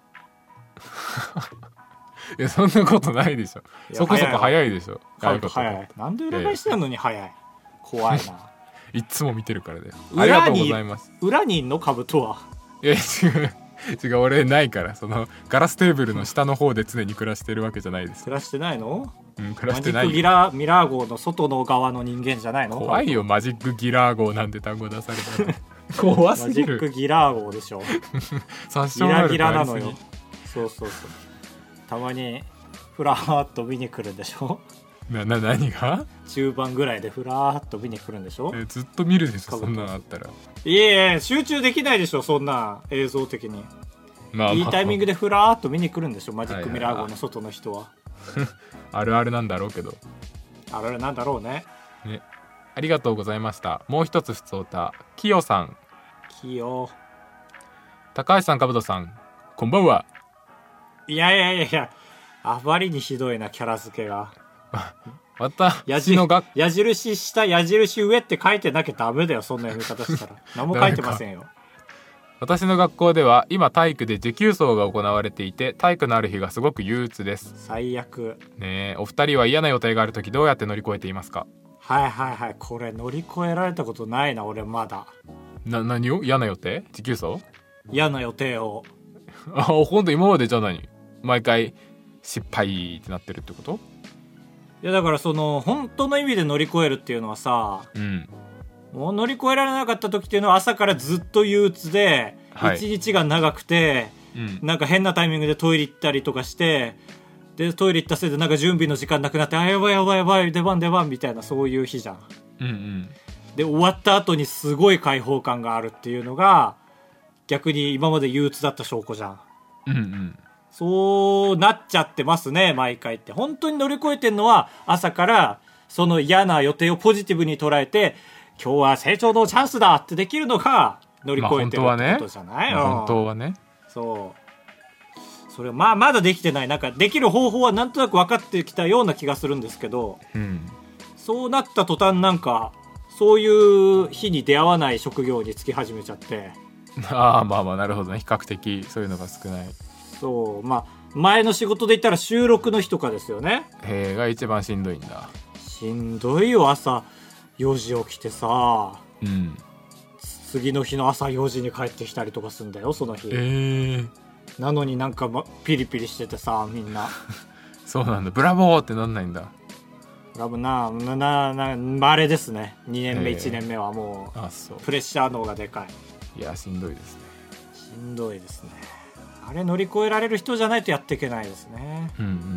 Speaker 1: いやそんなことないでしょ。そこそこ早いでしょ。
Speaker 2: 早い。なんで裏返しなのに早い、怖いな。
Speaker 1: いつも見てるからだよ。ありがとうございます。
Speaker 2: 裏にいんの兜は。
Speaker 1: いや違う俺ないから、そのガラステーブルの下の方で常に暮らしてるわけじゃないです。
Speaker 2: 暮らしてないの？
Speaker 1: 暮らしてないよ。
Speaker 2: マジックミラー号の外の側の人間じゃないの？
Speaker 1: 怖いよ、マジックギラー号なんて単語出されたら怖すぎる。
Speaker 2: マジックギラー号でしょ。ギラギラなのよ。そうたまにふらーっと見に来るんでしょ。
Speaker 1: 何が
Speaker 2: 中盤ぐらいでふらーっと見に来るんでしょ。
Speaker 1: ずっと見るでしょ、そんなのあったら。
Speaker 2: いえ集中できないでしょ、そんな映像的に。いいタイミングでふらーっと見に来るんでしょ、マジックミラー号の外の人は。
Speaker 1: あるあるなんだろうけど。
Speaker 2: あるあるなんだろうね。
Speaker 1: ありがとうございました。もう一つふつおた、きよさん。高橋さん、かぶとさん、こんばんは。
Speaker 2: いやあまりにひどいな、キャラ付けが。
Speaker 1: 私の
Speaker 2: 矢印下矢印上って書いてなきゃダメだよ、そんな読み方したら。何も書いてませんよ。
Speaker 1: 私の学校では今体育で持久走が行われていて、体育のある日がすごく憂鬱です。
Speaker 2: 最悪
Speaker 1: ねえ、お二人は嫌な予定があるときどうやって乗り越えていますか？
Speaker 2: はい、これ乗り越えられたことないな、俺まだ。
Speaker 1: 何を？嫌な予定？持久走？
Speaker 2: 嫌な予定を。
Speaker 1: ほんと今までじゃ何？毎回失敗ってなってるってこと？
Speaker 2: いやだからその本当の意味で乗り越えるっていうのはさ、もう乗り越えられなかった時っていうのは朝からずっと憂鬱で、一日が長くて、なんか変なタイミングでトイレ行ったりとかして、でトイレ行ったせいでなんか準備の時間なくなって、あやばい出番みたいな、そういう日じゃん。で終わった後にすごい解放感があるっていうのが逆に今まで憂鬱だった証拠じゃん。そうなっちゃってますね、毎回って。本当に乗り越えてんのは朝からその嫌な予定をポジティブに捉えて、今日は成長のチャンスだってできるのが乗り越えてるってことじゃない？
Speaker 1: 本当はね。
Speaker 2: それまだできてない。なんかできる方法はなんとなく分かってきたような気がするんですけど、そうなった途端なんかそういう日に出会わない職業に就き始めちゃって。
Speaker 1: まあなるほどね。比較的そういうのが少ない。
Speaker 2: 前の仕事で言ったら収録の日とかですよね。
Speaker 1: が一番しんどいんだ。
Speaker 2: しんどいよ、朝4時起きてさ、次の日の朝4時に帰ってきたりとかするんだよ、その日。なのになんか、ピリピリしててさ、みんな
Speaker 1: そうなんだ。ブラボーってなんないんだ。
Speaker 2: ブラボーあれですね。2年目1年目はもうプレッシャーの方がでかい。
Speaker 1: いやしんどいですね。
Speaker 2: しんどいですね。あれ乗り越えられる人じゃないとやっていけないですね。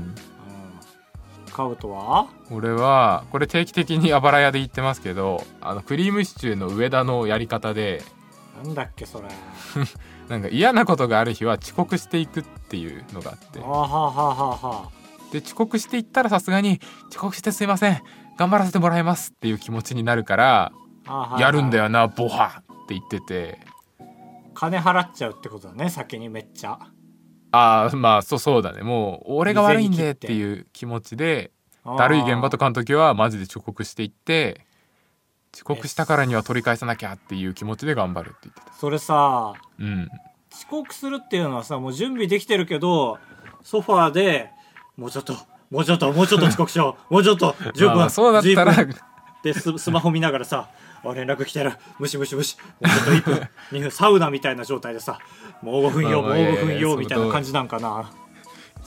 Speaker 2: カウトは？
Speaker 1: 俺はこれ定期的にあばら屋で言ってますけど、クリームシチューの上田のやり方で、
Speaker 2: なんだっけそれ
Speaker 1: なんか嫌なことがある日は遅刻していくっていうのがあって、で遅刻していったらさすがに遅刻してすいません頑張らせてもらいますっていう気持ちになるから、やるんだよなボハって言ってて、
Speaker 2: 金払っちゃうってことだね、先にめっちゃ。
Speaker 1: そうだね。もう俺が悪いんでっていう気持ちで、だるい現場とかの時はマジで遅刻していって、遅刻したからには取り返さなきゃっていう気持ちで頑張るって言ってた。
Speaker 2: それさ、遅刻するっていうのはさ、もう準備できてるけどソファーでもうちょっと遅刻しようもうちょっと10分
Speaker 1: そうだったら
Speaker 2: でスマホ見ながらさ、連絡来てる、ムシもうちょっと1分2分サウナみたいな状態でさ、もう5分よみたいな感じなんかな。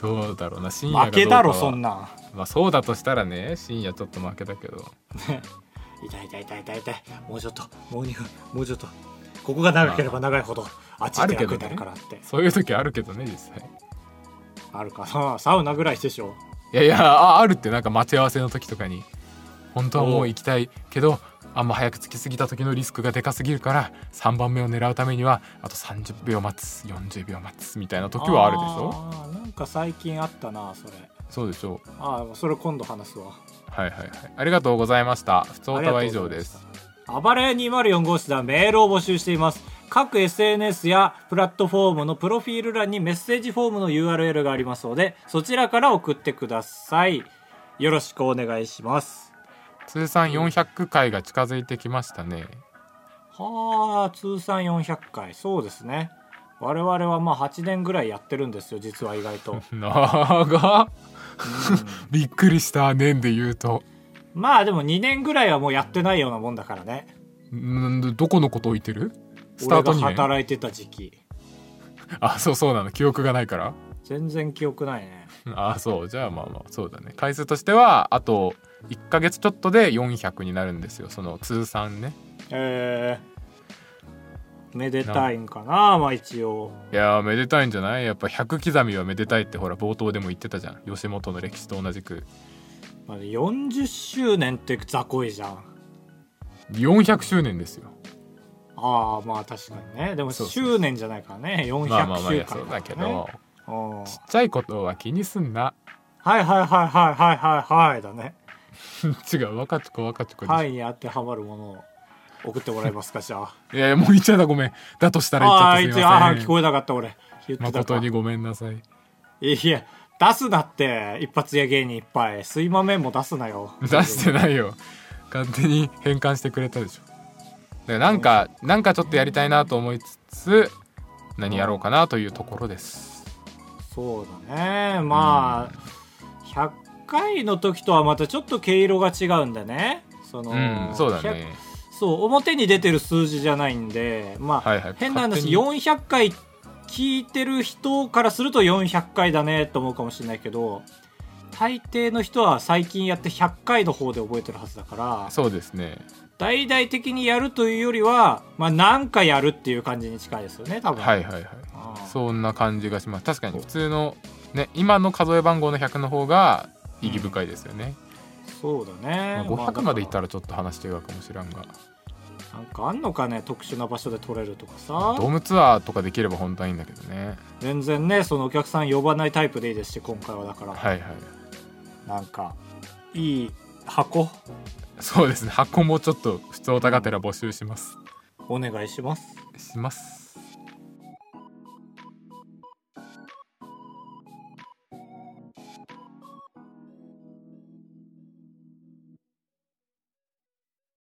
Speaker 1: どうだろうな、深夜がどうかは
Speaker 2: 負けだろそんなん。
Speaker 1: まあそうだとしたらね、深夜ちょっと負けだけど
Speaker 2: 痛い痛い痛い痛い痛い、もうちょっと、もう2分、もうちょっと、ここが長ければ長いほどあっちって楽になるからって、
Speaker 1: そういう時あるけどね実際。
Speaker 2: あるかな。サウナぐらいでしょ。
Speaker 1: いやいや、あるって。なんか待ち合わせの時とかに本当はもう行きたいけど、あんま早く着きすぎた時のリスクがでかすぎるから3番目を狙うためにはあと30秒待つ、40秒待つみたいな時はあるでしょ。
Speaker 2: なんか最近あったなそれ。
Speaker 1: そうでしょ
Speaker 2: う。それ今度話すわ。
Speaker 1: はいはいはい、ありがとうございました。ふつおたは以上です。
Speaker 2: 暴れ204号室ではメールを募集しています。各 SNS やプラットフォームのプロフィール欄にメッセージフォームの URL がありますので、そちらから送ってください。よろしくお願いします。
Speaker 1: 通算400回が近づいてきましたね。
Speaker 2: はあ、通算400回。そうですね。我々はまあ8年ぐらいやってるんですよ、実は意外と。
Speaker 1: 長っびっくりした、年で言うと。
Speaker 2: まあでも2年ぐらいはもうやってないようなもんだからね。
Speaker 1: どこのことを言ってる？スタート2年？
Speaker 2: 俺が働いてた時期。
Speaker 1: あ、そうなの、記憶がないから。
Speaker 2: 全然記憶ないね。
Speaker 1: あ、そう。じゃあまあまあそうだね。回数としてはあと1ヶ月ちょっとで400になるんですよ、その通算ね。
Speaker 2: めでたいんかな。まあ一応。
Speaker 1: いやめでたいんじゃない？やっぱ100刻みはめでたいってほら冒頭でも言ってたじゃん、吉本の歴史と同じく。
Speaker 2: 40周年って雑魚いじゃん。
Speaker 1: 400周年ですよ。
Speaker 2: ああまあ確かにね。でも周年じゃないからね。400周
Speaker 1: まあまあまあ、いやそうだけど、ちっちゃいことは気にすんな。
Speaker 2: はいはいはいはいはいはいはいだね。
Speaker 1: 違う、若ちこでしょ。
Speaker 2: はいに当てはまるものを送ってもらえますかじゃあ。
Speaker 1: いやもう言っちゃった、ごめん。だとしたら言っちゃった、すいません。
Speaker 2: 聞こえなかった俺。
Speaker 1: 誠にごめんなさい。
Speaker 2: いや出すなって、一発屋芸人いっぱい。睡魔面も出すなよ。
Speaker 1: 出してないよ、勝手に変換してくれたでしょ。でなんかちょっとやりたいなと思いつつ何やろうかなというところです。
Speaker 2: そうだね。まあ、100回の時とはまたちょっと毛色が違うんだね。そうだね。そう表に出てる数字じゃないんで、まあ、変な話400回聞いてる人からすると400回だねと思うかもしれないけど、大抵の人は最近やって100回の方で覚えてるはずだから。
Speaker 1: そうですね。
Speaker 2: 大々的にやるというよりは、まあ、何かやるっていう感じに近いですよね多分。
Speaker 1: はいはいはい、そんな感じがします。確かに普通のね、今の数え番号の100の方が意義深いですよね。
Speaker 2: そうだね。
Speaker 1: 500までいったらちょっと話違うかもしれんが、
Speaker 2: なんかあんのかね、特殊な場所で撮れるとかさ。
Speaker 1: ドームツアーとかできれば本当はいいんだけどね。
Speaker 2: 全然ね、そのお客さん呼ばないタイプでいいですし、今回はだから。
Speaker 1: はいはい。
Speaker 2: なんかいい箱。
Speaker 1: そうですね、箱もちょっと普通おたがてら募集します。
Speaker 2: お願いします。
Speaker 1: します。